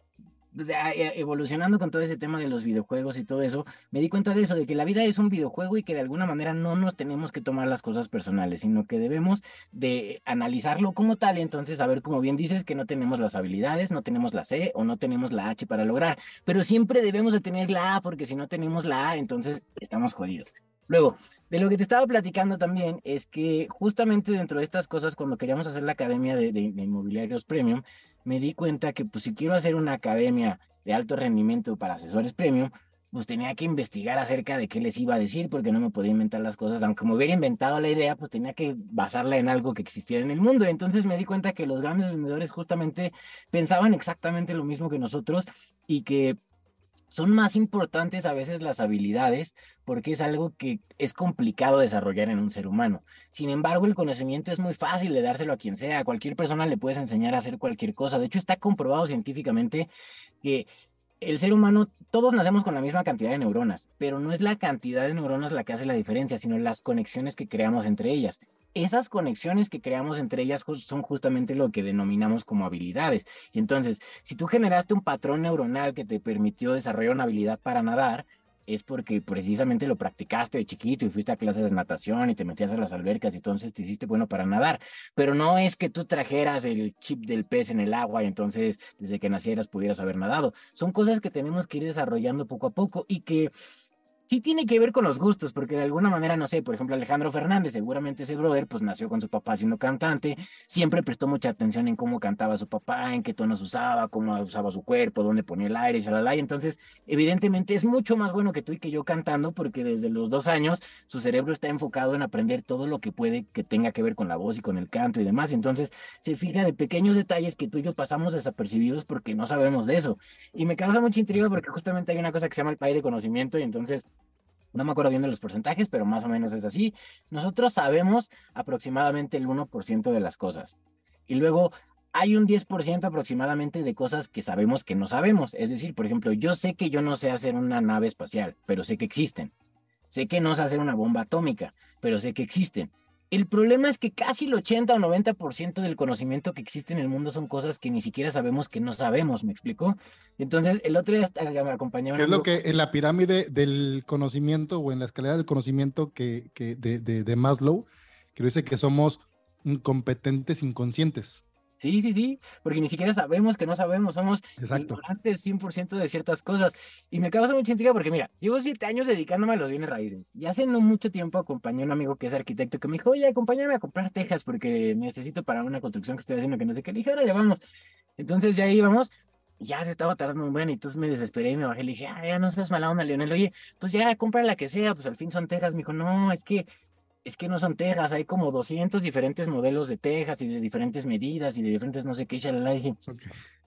evolucionando con todo ese tema de los videojuegos y todo eso, me di cuenta de eso, de que la vida es un videojuego y que de alguna manera no nos tenemos que tomar las cosas personales, sino que debemos de analizarlo como tal y entonces saber, como bien dices, que no tenemos las habilidades, no tenemos la C o no tenemos la H para lograr, pero siempre debemos de tener la A, porque si no tenemos la A, entonces estamos jodidos. Luego, de lo que te estaba platicando también es que justamente dentro de estas cosas, cuando queríamos hacer la academia de, de, de inmobiliarios premium, me di cuenta que pues si quiero hacer una academia de alto rendimiento para asesores premium, pues tenía que investigar acerca de qué les iba a decir, porque no me podía inventar las cosas. Aunque me hubiera inventado la idea, pues tenía que basarla en algo que existiera en el mundo. Entonces me di cuenta que los grandes vendedores justamente pensaban exactamente lo mismo que nosotros y que son más importantes a veces las habilidades porque es algo que es complicado desarrollar en un ser humano. Sin embargo, el conocimiento es muy fácil de dárselo a quien sea. A cualquier persona le puedes enseñar a hacer cualquier cosa. De hecho, está comprobado científicamente que el ser humano, todos nacemos con la misma cantidad de neuronas, pero no es la cantidad de neuronas la que hace la diferencia, sino las conexiones que creamos entre ellas. Esas conexiones que creamos entre ellas son justamente lo que denominamos como habilidades. Y entonces, si tú generaste un patrón neuronal que te permitió desarrollar una habilidad para nadar, es porque precisamente lo practicaste de chiquito y fuiste a clases de natación y te metías a las albercas y entonces te hiciste bueno para nadar. Pero no es que tú trajeras el chip del pez en el agua y entonces desde que nacieras pudieras haber nadado. Son cosas que tenemos que ir desarrollando poco a poco y que sí tiene que ver con los gustos, porque de alguna manera, no sé, por ejemplo, Alejandro Fernández, seguramente ese brother, pues nació con su papá siendo cantante, siempre prestó mucha atención en cómo cantaba su papá, en qué tonos usaba, cómo usaba su cuerpo, dónde ponía el aire, shalala, y entonces, evidentemente, es mucho más bueno que tú y que yo cantando, porque desde los dos años su cerebro está enfocado en aprender todo lo que puede que tenga que ver con la voz y con el canto y demás, entonces se fija de pequeños detalles que tú y yo pasamos desapercibidos porque no sabemos de eso, y me causa mucha intriga porque justamente hay una cosa que se llama el pay de conocimiento, y entonces no me acuerdo bien de los porcentajes, pero más o menos es así. Nosotros sabemos aproximadamente el uno por ciento de las cosas. Y luego hay un diez por ciento aproximadamente de cosas que sabemos que no sabemos. Es decir, por ejemplo, yo sé que yo no sé hacer una nave espacial, pero sé que existen. Sé que no sé hacer una bomba atómica, pero sé que existen. El problema es que casi el ochenta o noventa por ciento del conocimiento que existe en el mundo son cosas que ni siquiera sabemos que no sabemos, ¿me explico? Entonces, el otro día me acompañó un Es lo amigo. que en la pirámide del conocimiento o en la escalera del conocimiento que, que de, de, de Maslow, que dice que somos incompetentes inconscientes. Sí, sí, sí, porque ni siquiera sabemos que no sabemos, somos Exacto. ignorantes cien por ciento de ciertas cosas. Y me causa mucha intriga porque, mira, llevo siete años dedicándome a los bienes raíces. Y hace no mucho tiempo acompañé a un amigo que es arquitecto que me dijo, oye, acompáñame a comprar tejas porque necesito para una construcción que estoy haciendo que no sé qué. Le dije, órale, vamos. Entonces ya íbamos, ya se estaba tardando un buen, y entonces me desesperé y me bajé. Le dije, ah, ya no seas mala onda, Leonel. Oye, pues ya compra la que sea, pues al fin son tejas. Me dijo, no, es que es que no son tejas, hay como doscientos diferentes modelos de tejas y de diferentes medidas y de diferentes no sé qué, y dije, Okay. ah,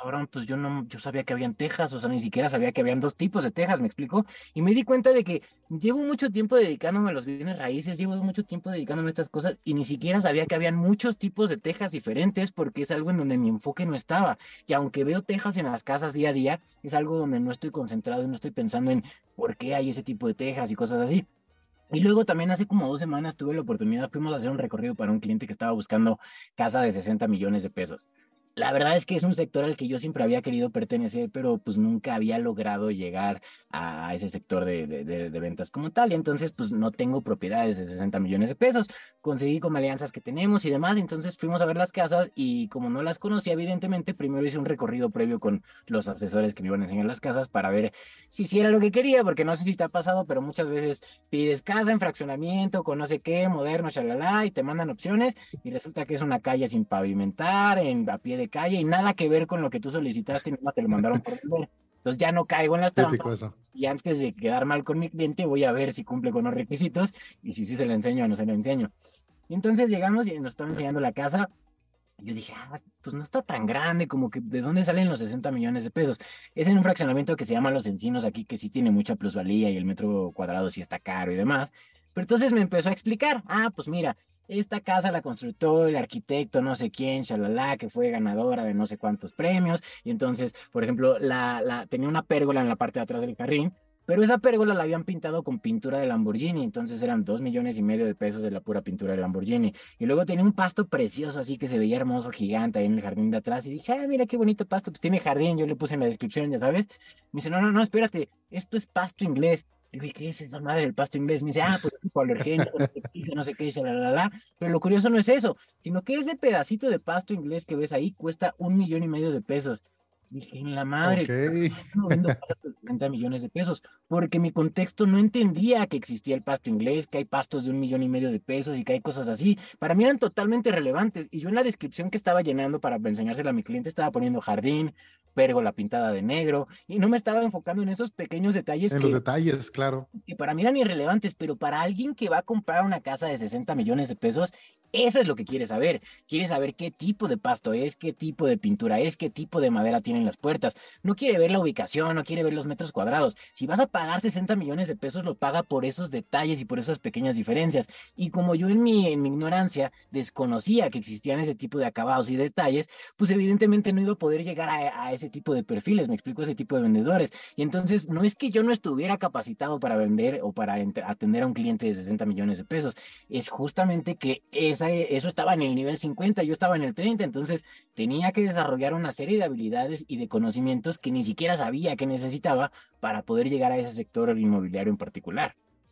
cabrón, pues yo no, yo sabía que habían tejas, o sea, ni siquiera sabía que habían dos tipos de tejas, ¿me explico? Y me di cuenta de que llevo mucho tiempo dedicándome a los bienes raíces, llevo mucho tiempo dedicándome a estas cosas y ni siquiera sabía que habían muchos tipos de tejas diferentes porque es algo en donde mi enfoque no estaba. Y aunque veo tejas en las casas día a día, es algo donde no estoy concentrado y no estoy pensando en por qué hay ese tipo de tejas y cosas así. Y luego también hace como dos semanas tuve la oportunidad, fuimos a hacer un recorrido para un cliente que estaba buscando casa de sesenta millones de pesos. La verdad es que es un sector al que yo siempre había querido pertenecer, pero pues nunca había logrado llegar a ese sector de, de, de, de ventas como tal. Y entonces pues no tengo propiedades de sesenta millones de pesos. Conseguí con alianzas que tenemos y demás. Entonces fuimos a ver las casas y como no las conocía, evidentemente, primero hice un recorrido previo con los asesores que me iban a enseñar las casas para ver si sí era lo que quería, porque no sé si te ha pasado, pero muchas veces pides casa en fraccionamiento, con no sé qué, moderno, shalala, y te mandan opciones, y resulta que es una calle sin pavimentar, en, a pie de calle, y nada que ver con lo que tú solicitaste, y nada te lo mandaron por vender. Entonces ya no caigo en las Típico trampas, eso. y antes de quedar mal con mi cliente, voy a ver si cumple con los requisitos, y si sí se le enseño o no se le enseño. Y entonces llegamos y nos están enseñando la casa. Yo dije, ah, pues no está tan grande, como que ¿de dónde salen los sesenta millones de pesos? Es en un fraccionamiento que se llama Los Encinos aquí, que sí tiene mucha plusvalía y el metro cuadrado sí está caro y demás. Pero entonces me empezó a explicar, ah, pues mira, esta casa la construyó el arquitecto no sé quién, shalala, que fue ganadora de no sé cuántos premios. Y entonces, por ejemplo, la, la, tenía una pérgola en la parte de atrás del jardín, pero esa pérgola la habían pintado con pintura de Lamborghini, entonces eran dos millones y medio de pesos de la pura pintura de Lamborghini. Y luego tenía un pasto precioso, así que se veía hermoso, gigante ahí en el jardín de atrás. Y dije, ah, mira qué bonito pasto, pues tiene jardín. Yo le puse en la descripción, ya sabes. Me dice, no, no, no, espérate, esto es pasto inglés. Le dije, ¿qué es esa madre del pasto inglés? Me dice, ah, pues tipo alergénico, no sé qué, no sé qué, dice, la, la, la. Pero lo curioso no es eso, sino que ese pedacito de pasto inglés que ves ahí cuesta un millón y medio de pesos. Dije, en la Ok. madre, no vendo pastas de setenta millones de pesos, porque mi contexto no entendía que existía el pasto inglés, que hay pastos de un millón y medio de pesos y que hay cosas así. Para mí eran totalmente relevantes. Y yo en la descripción que estaba llenando para enseñársela a mi cliente estaba poniendo jardín, pérgola pintada de negro, y no me estaba enfocando en esos pequeños detalles En los que detalles, claro. que para mí eran irrelevantes, pero para alguien que va a comprar una casa de sesenta millones de pesos, eso es lo que quiere saber. Quiere saber qué tipo de pasto es, qué tipo de pintura es, qué tipo de madera tienen las puertas. No quiere ver la ubicación, no quiere ver los metros cuadrados. Si vas a pagar sesenta millones de pesos, lo paga por esos detalles y por esas pequeñas diferencias. Y como yo en mi, en mi ignorancia desconocía que existían ese tipo de acabados y detalles, pues evidentemente no iba a poder llegar a, a ese tipo de perfiles, me explico, ese tipo de vendedores. Y entonces no es que yo no estuviera capacitado para vender o para atender a un cliente de sesenta millones de pesos, es justamente que esa, eso estaba en el nivel cincuenta, yo estaba en el treinta, entonces tenía que desarrollar una serie de habilidades y de conocimientos que ni siquiera sabía que necesitaba para poder llegar a ese sector inmobiliario en particular.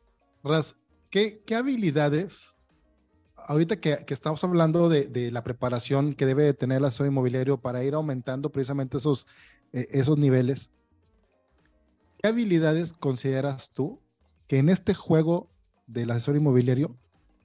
Raz, ¿qué, qué habilidades, ahorita que, que estamos hablando de, de la preparación que debe tener el asesor inmobiliario para ir aumentando precisamente esos, eh, esos niveles, ¿qué habilidades consideras tú que en este juego del asesor inmobiliario,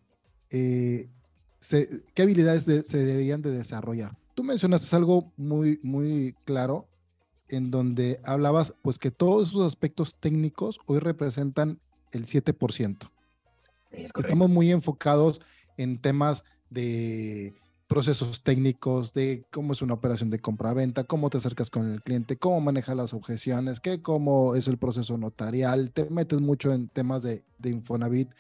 eh, se, qué habilidades de, se deberían de desarrollar? Tú mencionaste algo muy, muy claro en donde hablabas pues que todos esos aspectos técnicos hoy representan el siete por ciento. Es correcto. Estamos muy enfocados en temas de procesos técnicos, de cómo es una operación de compra-venta, cómo te acercas con el cliente, cómo manejas las objeciones, qué, cómo es el proceso notarial, te metes mucho en temas de, de Infonavit.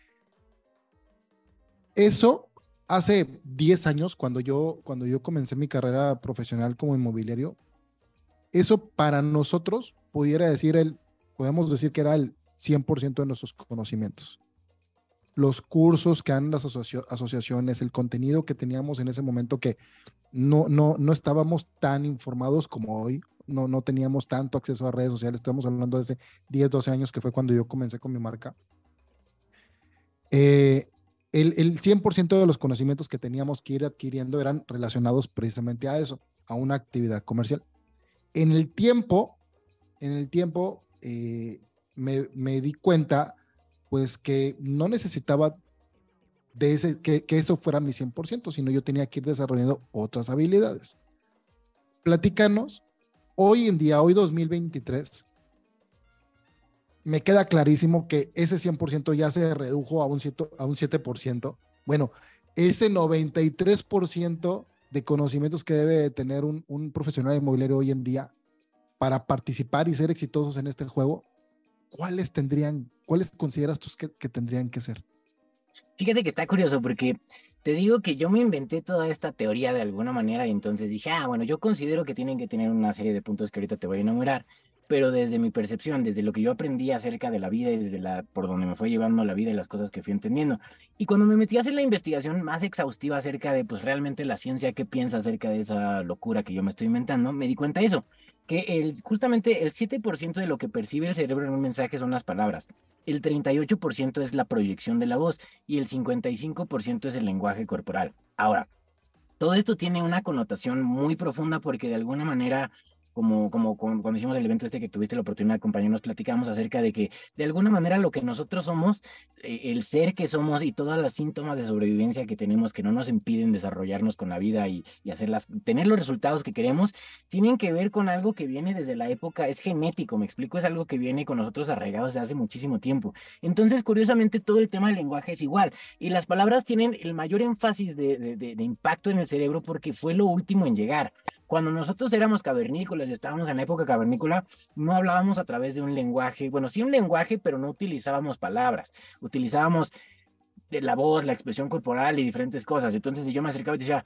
Eso hace diez años, cuando yo, cuando yo comencé mi carrera profesional como inmobiliario, eso para nosotros pudiera decir el, podemos decir que era el cien por ciento de nuestros conocimientos. Los cursos que dan las asocio asociaciones, el contenido que teníamos en ese momento que no, no, no estábamos tan informados como hoy, no, no teníamos tanto acceso a redes sociales, estamos hablando de hace diez, doce años que fue cuando yo comencé con mi marca. Eh, el, el cien por ciento de los conocimientos que teníamos que ir adquiriendo eran relacionados precisamente a eso, a una actividad comercial. En el tiempo, en el tiempo eh, me, me di cuenta pues que no necesitaba de ese, que, que eso fuera mi cien por ciento, sino yo tenía que ir desarrollando otras habilidades. Platícanos, hoy en día, hoy dos mil veintitrés, me queda clarísimo que ese cien por ciento ya se redujo a un, siete, a un siete por ciento. Bueno, ese noventa y tres por ciento de conocimientos que debe tener un, un profesional inmobiliario hoy en día para participar y ser exitosos en este juego, ¿cuáles tendrían, cuáles consideras tú que, que tendrían que ser? Fíjate que está curioso porque te digo que yo me inventé toda esta teoría de alguna manera y entonces dije, ah, bueno, yo considero que tienen que tener una serie de puntos que ahorita te voy a enumerar, pero desde mi percepción, desde lo que yo aprendí acerca de la vida y desde la, por donde me fue llevando la vida y las cosas que fui entendiendo. Y cuando me metí a hacer la investigación más exhaustiva acerca de, pues realmente la ciencia, qué piensa acerca de esa locura que yo me estoy inventando, me di cuenta de eso, que el, justamente el siete por ciento de lo que percibe el cerebro en un mensaje son las palabras, el treinta y ocho por ciento es la proyección de la voz y el cincuenta y cinco por ciento es el lenguaje corporal. Ahora, todo esto tiene una connotación muy profunda porque de alguna manera, como, como, como cuando hicimos el evento este que tuviste la oportunidad de acompañarnos, platicamos acerca de que de alguna manera lo que nosotros somos, eh, el ser que somos y todas las síntomas de sobrevivencia que tenemos que no nos impiden desarrollarnos con la vida y, y hacerlas, tener los resultados que queremos, tienen que ver con algo que viene desde la época, es genético, me explico, es algo que viene con nosotros arraigados desde hace muchísimo tiempo. Entonces, curiosamente, todo el tema del lenguaje es igual. Y las palabras tienen el mayor énfasis de, de, de, de impacto en el cerebro porque fue lo último en llegar. Cuando nosotros éramos cavernícolas y estábamos en la época cavernícola, no hablábamos a través de un lenguaje, bueno, sí un lenguaje, pero no utilizábamos palabras, utilizábamos de la voz, la expresión corporal y diferentes cosas. Entonces, si yo me acercaba y decía,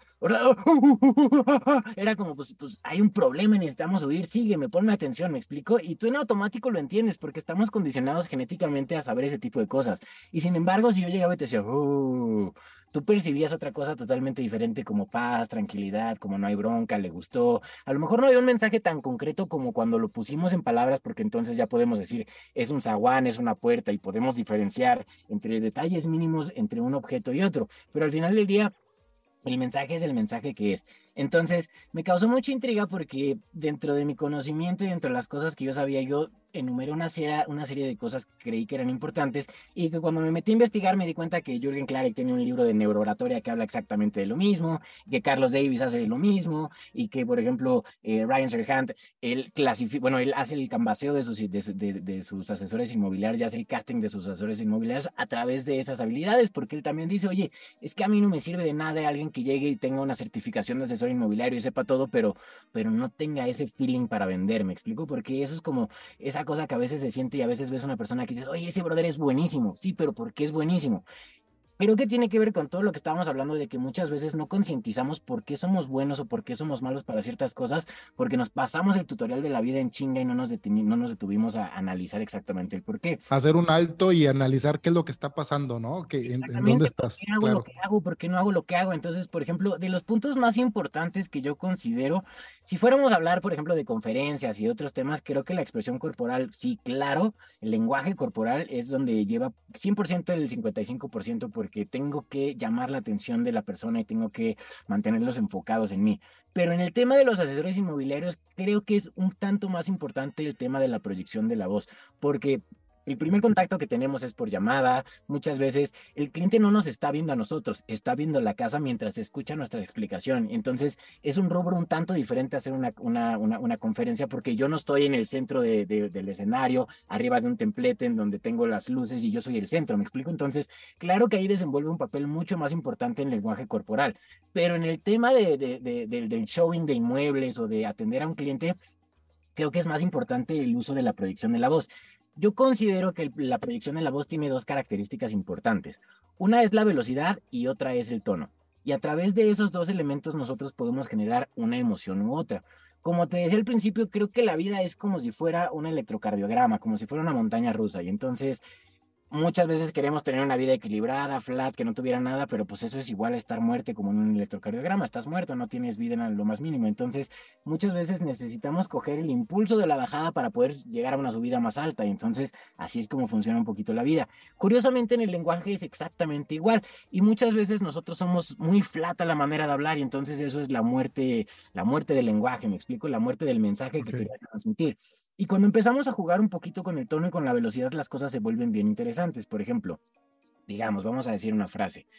era como, pues, pues hay un problema y necesitamos huir, sígueme, ponme atención, ¿me explico? Y tú en automático lo entiendes porque estamos condicionados genéticamente a saber ese tipo de cosas. Y sin embargo, si yo llegaba y te decía, uh, tú percibías otra cosa totalmente diferente como paz, tranquilidad, como no hay bronca, le gustó. A lo mejor no había un mensaje tan concreto como cuando lo pusimos en palabras, porque entonces ya podemos decir, es un zaguán, es una puerta y podemos diferenciar entre detalles mínimos entre un objeto y otro, pero al final del día el mensaje es el mensaje que es. Entonces, me causó mucha intriga porque dentro de mi conocimiento y dentro de las cosas que yo sabía, yo enumeré una serie, una serie de cosas que creí que eran importantes y que cuando me metí a investigar me di cuenta que Jürgen Klarik tiene un libro de neurooratoria que habla exactamente de lo mismo, que Carlos Davis hace lo mismo y que, por ejemplo, eh, Ryan Serhant, él clasifica, bueno, él hace el canvaseo de sus, de, de, de sus asesores inmobiliarios y hace el casting de sus asesores inmobiliarios a través de esas habilidades, porque él también dice, oye, es que a mí no me sirve de nada alguien que llegue y tenga una certificación de asesor inmobiliario y sepa todo, pero, pero no tenga ese feeling para vender, ¿me explico? Porque eso es como esa cosa que a veces se siente y a veces ves a una persona que dices, oye, ese brother es buenísimo, sí, pero ¿por qué es buenísimo? Pero ¿qué tiene que ver con todo lo que estábamos hablando de que muchas veces no concientizamos por qué somos buenos o por qué somos malos para ciertas cosas? Porque nos pasamos el tutorial de la vida en chinga y no nos, deteni- no nos detuvimos a analizar exactamente el por qué. Hacer un alto y analizar qué es lo que está pasando, ¿no? Que, en, en dónde Exactamente, ¿por qué estás, hago lo claro. que hago? ¿Por qué no hago lo que hago? Entonces, por ejemplo, de los puntos más importantes que yo considero, si fuéramos a hablar, por ejemplo, de conferencias y otros temas, creo que la expresión corporal, sí, claro, el lenguaje corporal es donde lleva cien por ciento el cincuenta y cinco por ciento porque tengo que llamar la atención de la persona y tengo que mantenerlos enfocados en mí. Pero en el tema de los asesores inmobiliarios, creo que es un tanto más importante el tema de la proyección de la voz, porque el primer contacto que tenemos es por llamada. Muchas veces el cliente no nos está viendo a nosotros, está viendo la casa mientras escucha nuestra explicación. Entonces, es un rubro un tanto diferente hacer una, una, una, una conferencia porque yo no estoy en el centro de, de, del escenario, arriba de un templete en donde tengo las luces y yo soy el centro. ¿Me explico? Entonces, claro que ahí desenvuelve un papel mucho más importante en el lenguaje corporal. Pero en el tema de, de, de, de, del showing de inmuebles o de atender a un cliente, creo que es más importante el uso de la proyección de la voz. Yo considero que el- la proyección de la voz tiene dos características importantes. Una es la velocidad y otra es el tono. Y a través de esos dos elementos nosotros podemos generar una emoción u otra. Como te decía al principio, creo que la vida es como si fuera un electrocardiograma, como si fuera una montaña rusa. Y entonces muchas veces queremos tener una vida equilibrada, flat, que no tuviera nada, pero pues eso es igual a estar muerte como en un electrocardiograma. Estás muerto, no tienes vida en lo más mínimo. Entonces, muchas veces necesitamos coger el impulso de la bajada para poder llegar a una subida más alta. Y entonces, así es como funciona un poquito la vida. Curiosamente, en el lenguaje es exactamente igual. Y muchas veces nosotros somos muy flat a la manera de hablar. Y entonces eso es la muerte, la muerte del lenguaje, me explico, la muerte del mensaje que Ok. querías transmitir. Y cuando empezamos a jugar un poquito con el tono y con la velocidad, las cosas se vuelven bien interesantes. Por ejemplo, digamos, vamos a decir una frase.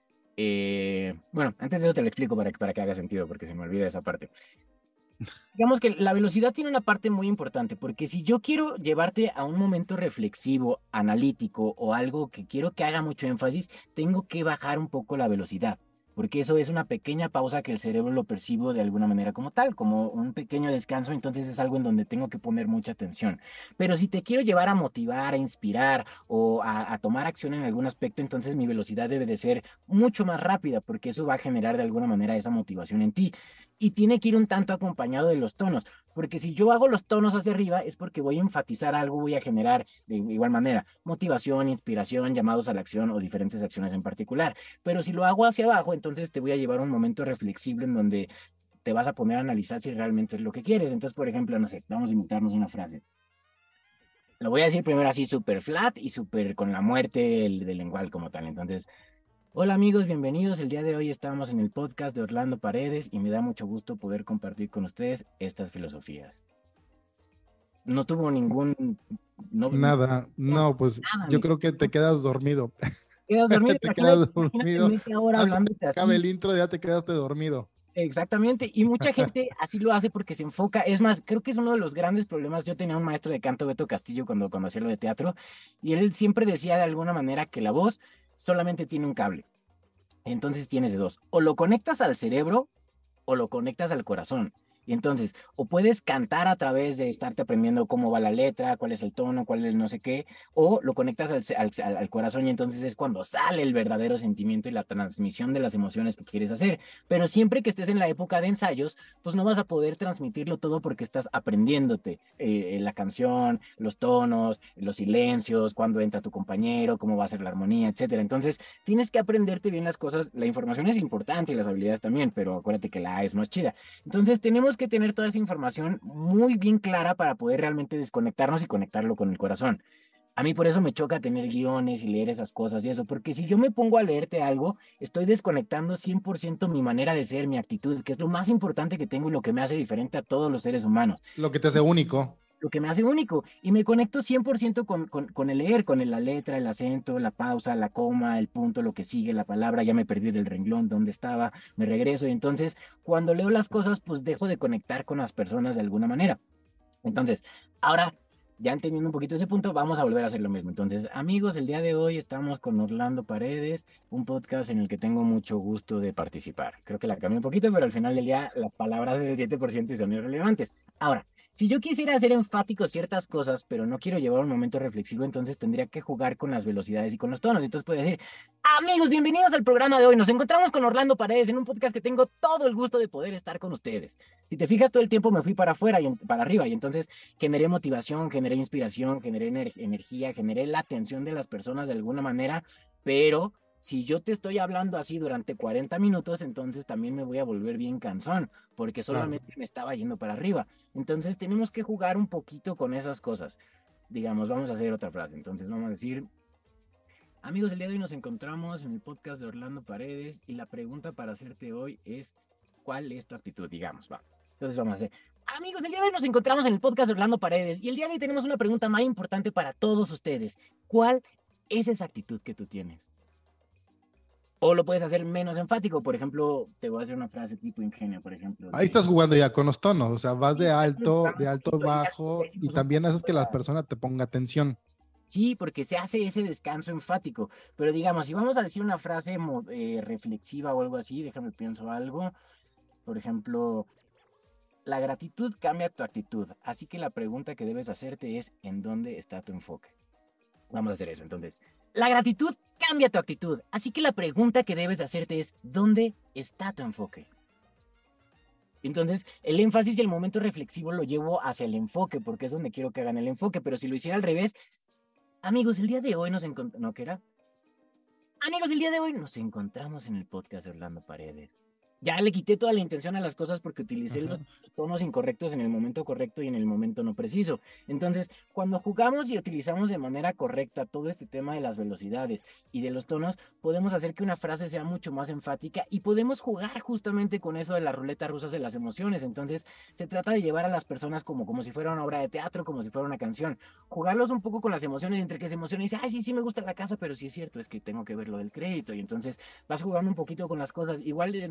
Eh, bueno, antes de eso te lo explico para, para que haga sentido, porque se me olvida esa parte. Digamos que la velocidad tiene una parte muy importante, porque si yo quiero llevarte a un momento reflexivo, analítico o algo que quiero que haga mucho énfasis, tengo que bajar un poco la velocidad. porque eso es una pequeña pausa que el cerebro lo percibe de alguna manera como tal, como un pequeño descanso, entonces es algo en donde tengo que poner mucha atención. Pero si te quiero llevar a motivar, a inspirar o a, a tomar acción en algún aspecto, entonces mi velocidad debe de ser mucho más rápida, porque eso va a generar de alguna manera esa motivación en ti. Y tiene que ir un tanto acompañado de los tonos, porque si yo hago los tonos hacia arriba es porque voy a enfatizar algo, voy a generar de igual manera motivación, inspiración, llamados a la acción o diferentes acciones en particular. Pero si lo hago hacia abajo, entonces te voy a llevar a un momento reflexible en donde te vas a poner a analizar si realmente es lo que quieres. Entonces, por ejemplo, no sé, vamos a inventarnos una frase. Lo voy a decir primero así súper flat y súper con la muerte del, del lenguaje como tal. Entonces, hola amigos, bienvenidos. El día de hoy estamos en el podcast de Orlando Paredes y me da mucho gusto poder compartir con ustedes estas filosofías. No tuvo ningún... No, Nada, no, pues nada, yo me creo que te explico. quedas dormido. Quedas dormido, Te imagínate, quedas imagínate dormido. media hora Antes de hablándote que acabe así. el intro ya te quedaste dormido. Exactamente, y mucha gente así lo hace porque se enfoca, es más, creo que es uno de los grandes problemas. Yo tenía un maestro de canto, Beto Castillo, cuando, cuando hacía lo de teatro, y él siempre decía de alguna manera que la voz solamente tiene un cable, entonces tienes de dos, o lo conectas al cerebro o lo conectas al corazón. Y entonces, o puedes cantar a través de estarte aprendiendo cómo va la letra, cuál es el tono, cuál es el no sé qué, o lo conectas al, al, al corazón y entonces es cuando sale el verdadero sentimiento y la transmisión de las emociones que quieres hacer. Pero siempre que estés en la época de ensayos, pues no vas a poder transmitirlo todo porque estás aprendiéndote eh, la canción, los tonos, los silencios, cuándo entra tu compañero, cómo va a ser la armonía, etcétera. Entonces, tienes que aprenderte bien las cosas. La información es importante y las habilidades también, pero acuérdate que la A es más chida. Entonces tenemos que tener toda esa información muy bien clara para poder realmente desconectarnos y conectarlo con el corazón. A mí por eso me choca tener guiones y leer esas cosas y eso, porque si yo me pongo a leerte algo, estoy desconectando cien por ciento mi manera de ser, mi actitud, que es lo más importante que tengo y lo que me hace diferente a todos los seres humanos. Lo que te hace único. Lo que me hace único. Y me conecto cien por ciento con, con, con el leer, con el, la letra, el acento, la pausa, la coma, el punto, lo que sigue, la palabra. Ya me perdí del renglón, dónde estaba, me regreso. Y entonces, cuando leo las cosas, pues dejo de conectar con las personas de alguna manera. Entonces, ahora, ya entendiendo un poquito ese punto, vamos a volver a hacer lo mismo. Entonces, amigos, el día de hoy estamos con Orlando Paredes, un podcast en el que tengo mucho gusto de participar. Creo que la cambié un poquito, pero al final del día las palabras del siete por ciento son irrelevantes. Ahora, si yo quisiera hacer enfático ciertas cosas, pero no quiero llevar un momento reflexivo, entonces tendría que jugar con las velocidades y con los tonos. Entonces puedo decir, amigos, bienvenidos al programa de hoy. Nos encontramos con Orlando Paredes en un podcast que tengo todo el gusto de poder estar con ustedes. Si te fijas, todo el tiempo me fui para afuera y en, para arriba, y entonces generé motivación, generé inspiración, generé ener energía, generé la atención de las personas de alguna manera, pero si yo te estoy hablando así durante cuarenta minutos, entonces también me voy a volver bien cansón, porque solamente claro, me estaba yendo para arriba. Entonces tenemos que jugar un poquito con esas cosas. Digamos, vamos a hacer otra frase. Entonces vamos a decir, amigos, el día de hoy nos encontramos en el podcast de Orlando Paredes y la pregunta para hacerte hoy es, ¿cuál es tu actitud? Digamos, va. Entonces vamos a hacer, amigos, el día de hoy nos encontramos en el podcast de Orlando Paredes y el día de hoy tenemos una pregunta más importante para todos ustedes. ¿Cuál es esa actitud que tú tienes? O lo puedes hacer menos enfático. Por ejemplo, te voy a hacer una frase tipo ingenio, por ejemplo. Ahí De... estás jugando ya con los tonos, o sea, vas de alto, de alto a bajo y también haces que la persona te ponga atención. Sí, porque se hace ese descanso enfático. Pero digamos, si vamos a decir una frase eh, reflexiva o algo así, déjame pienso algo. Por ejemplo, la gratitud cambia tu actitud. Así que la pregunta que debes hacerte es, ¿en dónde está tu enfoque? Vamos a hacer eso, entonces. La gratitud cambia tu actitud. Así que la pregunta que debes hacerte es, ¿dónde está tu enfoque? Entonces, el énfasis y el momento reflexivo lo llevo hacia el enfoque, porque es donde quiero que hagan el enfoque. Pero si lo hiciera al revés, amigos, el día de hoy nos encontramos... ¿No qué era? Amigos, el día de hoy nos encontramos en el podcast de Orlando Paredes. Ya le quité toda la intención a las cosas porque utilicé uh-huh. los tonos incorrectos en el momento correcto y en el momento no preciso. Entonces, cuando jugamos y utilizamos de manera correcta todo este tema de las velocidades y de los tonos, podemos hacer que una frase sea mucho más enfática y podemos jugar justamente con eso de la ruleta rusa de las emociones. Entonces, se trata de llevar a las personas como, como si fuera una obra de teatro, como si fuera una canción. Jugarlos un poco con las emociones, entre que se emociona y dice, ay, sí, sí me gusta la casa, pero sí es cierto, es que tengo que ver lo del crédito. Y entonces vas jugando un poquito con las cosas. Igual de manera, si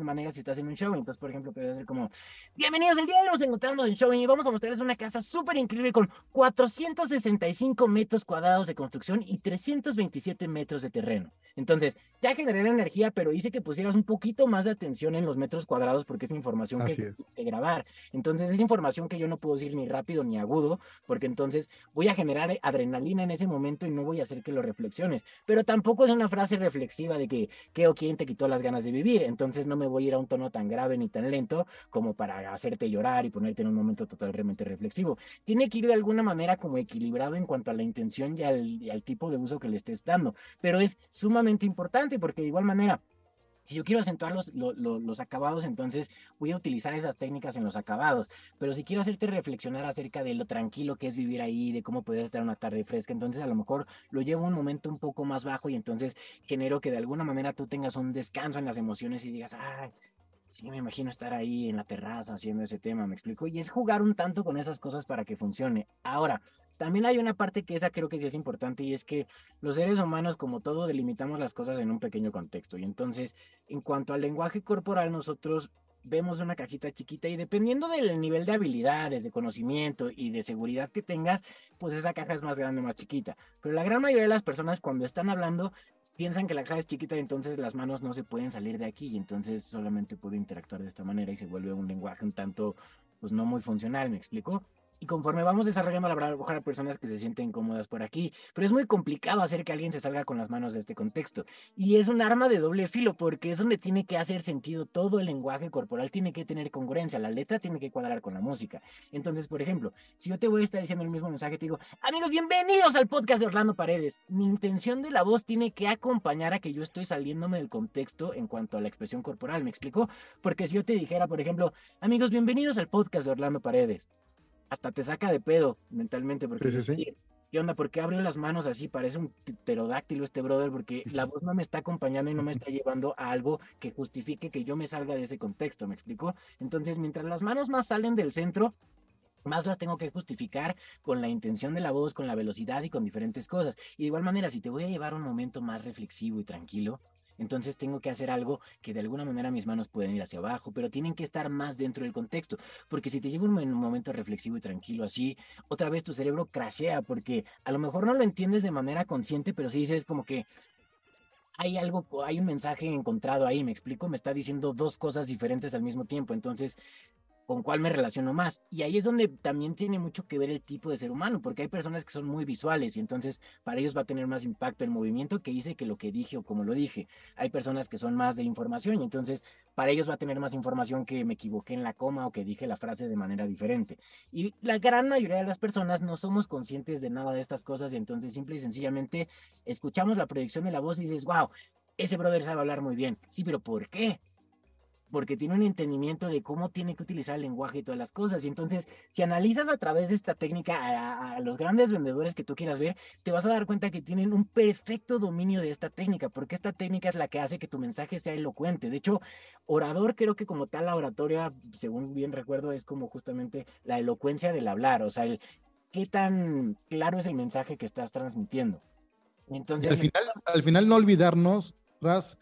estás en un show. Entonces, por ejemplo, puedes decir como, bienvenidos, el día de hoy nos encontramos en show y vamos a mostrarles una casa súper increíble con cuatrocientos sesenta y cinco metros cuadrados de construcción y trescientos veintisiete metros de terreno. Entonces, ya generé la energía, pero hice que pusieras un poquito más de atención en los metros cuadrados porque es información Así que es. que grabar. Entonces, es información que yo no puedo decir ni rápido ni agudo, porque entonces voy a generar adrenalina en ese momento y no voy a hacer que lo reflexiones. Pero tampoco es una frase reflexiva de que qué o quién te quitó las ganas de vivir. Entonces, no me voy a ir a un tono tan grave ni tan lento como para hacerte llorar y ponerte en un momento totalmente reflexivo. Tiene que ir de alguna manera como equilibrado en cuanto a la intención y al, y al tipo de uso que le estés dando. Pero es sumamente importante porque de igual manera, si yo quiero acentuar los, los, los, acabados, entonces voy a utilizar esas técnicas en los acabados. Pero si quiero hacerte reflexionar acerca de lo tranquilo que es vivir ahí, de cómo puedes estar una tarde fresca, entonces a lo mejor lo llevo a un momento un poco más bajo y entonces genero que de alguna manera tú tengas un descanso en las emociones y digas, ay, sí, me imagino estar ahí en la terraza haciendo ese tema, ¿me explico? Y es jugar un tanto con esas cosas para que funcione. Ahora, también hay una parte que esa creo que sí es importante y es que los seres humanos, como todo, delimitamos las cosas en un pequeño contexto. Y entonces, en cuanto al lenguaje corporal, nosotros vemos una cajita chiquita y dependiendo del nivel de habilidades, de conocimiento y de seguridad que tengas, pues esa caja es más grande o más chiquita. Pero la gran mayoría de las personas cuando están hablando piensan que la caja es chiquita y entonces las manos no se pueden salir de aquí y entonces solamente puedo interactuar de esta manera y se vuelve un lenguaje un tanto, pues no muy funcional, ¿me explico? Y conforme vamos desarrollando la palabra, hay personas que se sienten cómodas por aquí, pero es muy complicado hacer que alguien se salga con las manos de este contexto. Y es un arma de doble filo, porque es donde tiene que hacer sentido todo el lenguaje corporal, tiene que tener congruencia, la letra tiene que cuadrar con la música. Entonces, por ejemplo, si yo te voy a estar diciendo el mismo mensaje, te digo, amigos, bienvenidos al podcast de Orlando Paredes. Mi intención de la voz tiene que acompañar a que yo estoy saliéndome del contexto en cuanto a la expresión corporal, ¿me explico? Porque si yo te dijera, por ejemplo, amigos, bienvenidos al podcast de Orlando Paredes, hasta te saca de pedo mentalmente, porque Sí, sí, dices, sí. ¿qué onda? ¿Por qué abrió las manos así? Parece un pterodáctilo este brother, porque la voz no me está acompañando y no me está llevando a algo que justifique que yo me salga de ese contexto, ¿me explico? Entonces, mientras las manos más salen del centro, más las tengo que justificar con la intención de la voz, con la velocidad y con diferentes cosas. Y de igual manera, si te voy a llevar a un momento más reflexivo y tranquilo, entonces tengo que hacer algo que de alguna manera mis manos pueden ir hacia abajo, pero tienen que estar más dentro del contexto, porque si te llevo un, un momento reflexivo y tranquilo así, otra vez tu cerebro crashea, porque a lo mejor no lo entiendes de manera consciente, pero sí dices como que hay algo, hay un mensaje encontrado ahí, me explico, me está diciendo dos cosas diferentes al mismo tiempo, entonces con cuál me relaciono más. Y ahí es donde también tiene mucho que ver el tipo de ser humano, porque hay personas que son muy visuales y entonces para ellos va a tener más impacto el movimiento que hice que lo que dije o como lo dije. Hay personas que son más de información y entonces para ellos va a tener más información que me equivoqué en la coma o que dije la frase de manera diferente. Y la gran mayoría de las personas no somos conscientes de nada de estas cosas y entonces simple y sencillamente escuchamos la proyección de la voz y dices, wow, ese brother sabe hablar muy bien. Sí, pero ¿por qué? Porque tiene un entendimiento de cómo tiene que utilizar el lenguaje y todas las cosas. Y entonces, si analizas a través de esta técnica a, a, los grandes vendedores que tú quieras ver, te vas a dar cuenta que tienen un perfecto dominio de esta técnica, porque esta técnica es la que hace que tu mensaje sea elocuente. De hecho, orador, creo que como tal la oratoria, según bien recuerdo, es como justamente la elocuencia del hablar, o sea, el, qué tan claro es el mensaje que estás transmitiendo. Y Entonces, al final, al final no olvidarnos, Raz,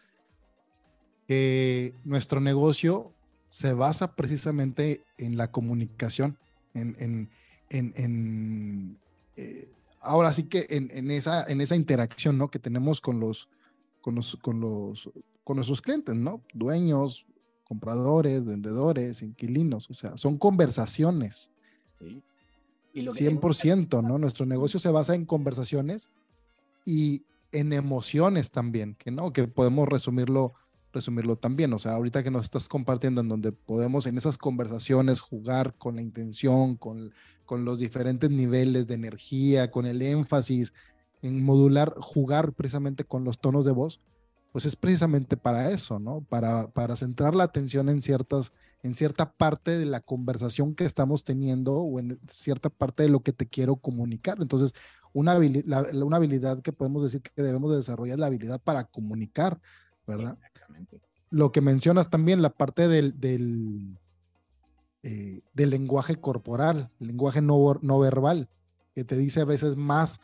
que nuestro negocio se basa precisamente en la comunicación, en, en, en, en eh, ahora sí que en, en, esa, en esa interacción, ¿no?, que tenemos con los, con los, con los, con nuestros clientes, ¿no? Dueños, compradores, vendedores, inquilinos, o sea, son conversaciones. sí. Y lo que cien tengo por ciento, ¿no? Nuestro negocio se basa en conversaciones y en emociones también, que no, que podemos resumirlo, resumirlo también. O sea, ahorita que nos estás compartiendo en donde podemos en esas conversaciones jugar con la intención, con, con los diferentes niveles de energía, con el énfasis, en modular, jugar precisamente con los tonos de voz, pues es precisamente para eso, ¿no? Para, para centrar la atención en ciertas, en cierta parte de la conversación que estamos teniendo o en cierta parte de lo que te quiero comunicar. Entonces, una, habilidad, la, una habilidad que podemos decir que debemos de desarrollar es la habilidad para comunicar, ¿verdad? Exactamente. Lo que mencionas también, la parte del, del, eh, del lenguaje corporal, el lenguaje no, no verbal, que te dice a veces más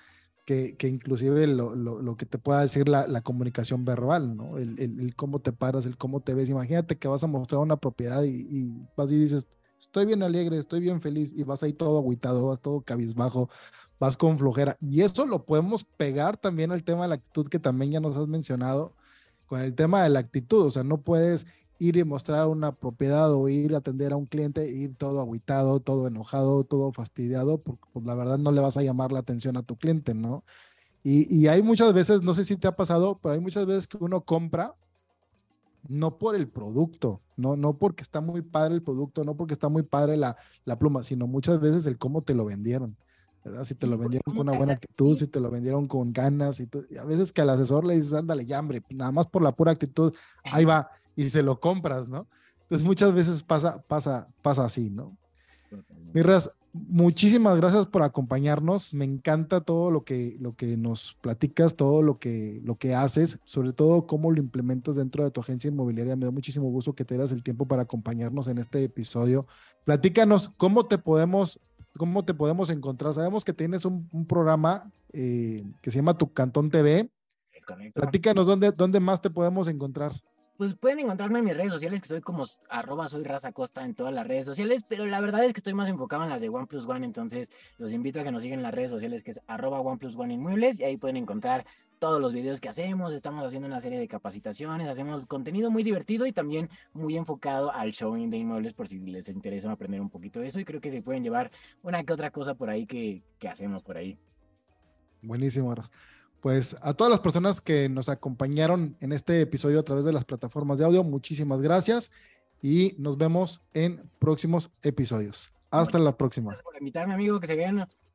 que, que inclusive lo, lo, lo que te pueda decir la, la comunicación verbal, ¿no? El, el, el cómo te paras, el cómo te ves. Imagínate que vas a mostrar una propiedad y, y vas y dices, estoy bien alegre, estoy bien feliz, y vas ahí todo agüitado, vas todo cabizbajo, vas con flojera. Y eso lo podemos pegar también al tema de la actitud que también ya nos has mencionado, con el tema de la actitud. O sea, no puedes ir y mostrar una propiedad o ir a atender a un cliente e ir todo agüitado, todo enojado, todo fastidiado, porque pues, la verdad no le vas a llamar la atención a tu cliente, ¿no? Y, y hay muchas veces, no sé si te ha pasado, pero hay muchas veces que uno compra no por el producto, no, no porque está muy padre el producto, no porque está muy padre la, la pluma, sino muchas veces el cómo te lo vendieron, ¿verdad? Si te Sí, lo porque vendieron cómo con una te buena hagas actitud, sentir. si te lo vendieron con ganas, y, tú- y a veces que al asesor le dices, ándale, ya, hombre, nada más por la pura actitud, ahí va, y se lo compras, ¿no? Entonces muchas veces pasa, pasa, pasa así, ¿no? Totalmente. Mirras, muchísimas gracias por acompañarnos. Me encanta todo lo que, lo que nos platicas, todo lo que, lo que haces, sobre todo cómo lo implementas dentro de tu agencia inmobiliaria. Me da muchísimo gusto que te das el tiempo para acompañarnos en este episodio. Platícanos cómo te podemos, cómo te podemos encontrar. Sabemos que tienes un, un programa eh, que se llama Tu Cantón T V. Es correcto. Platícanos dónde, dónde más te podemos encontrar. Pues pueden encontrarme en mis redes sociales, que soy como s- arroba soy Raza Costa en todas las redes sociales, pero la verdad es que estoy más enfocado en las de OnePlus One, entonces los invito a que nos sigan en las redes sociales, que es arroba OnePlus One Inmuebles, y ahí pueden encontrar todos los videos que hacemos. Estamos haciendo una serie de capacitaciones, hacemos contenido muy divertido y también muy enfocado al showing de inmuebles, por si les interesa aprender un poquito de eso, y creo que se pueden llevar una que otra cosa por ahí que, que hacemos por ahí. Buenísimo, Ras. Pues a todas las personas que nos acompañaron en este episodio a través de las plataformas de audio, muchísimas gracias y nos vemos en próximos episodios. Hasta Muchas la próxima. gracias por invitarme, amigo, que se vean.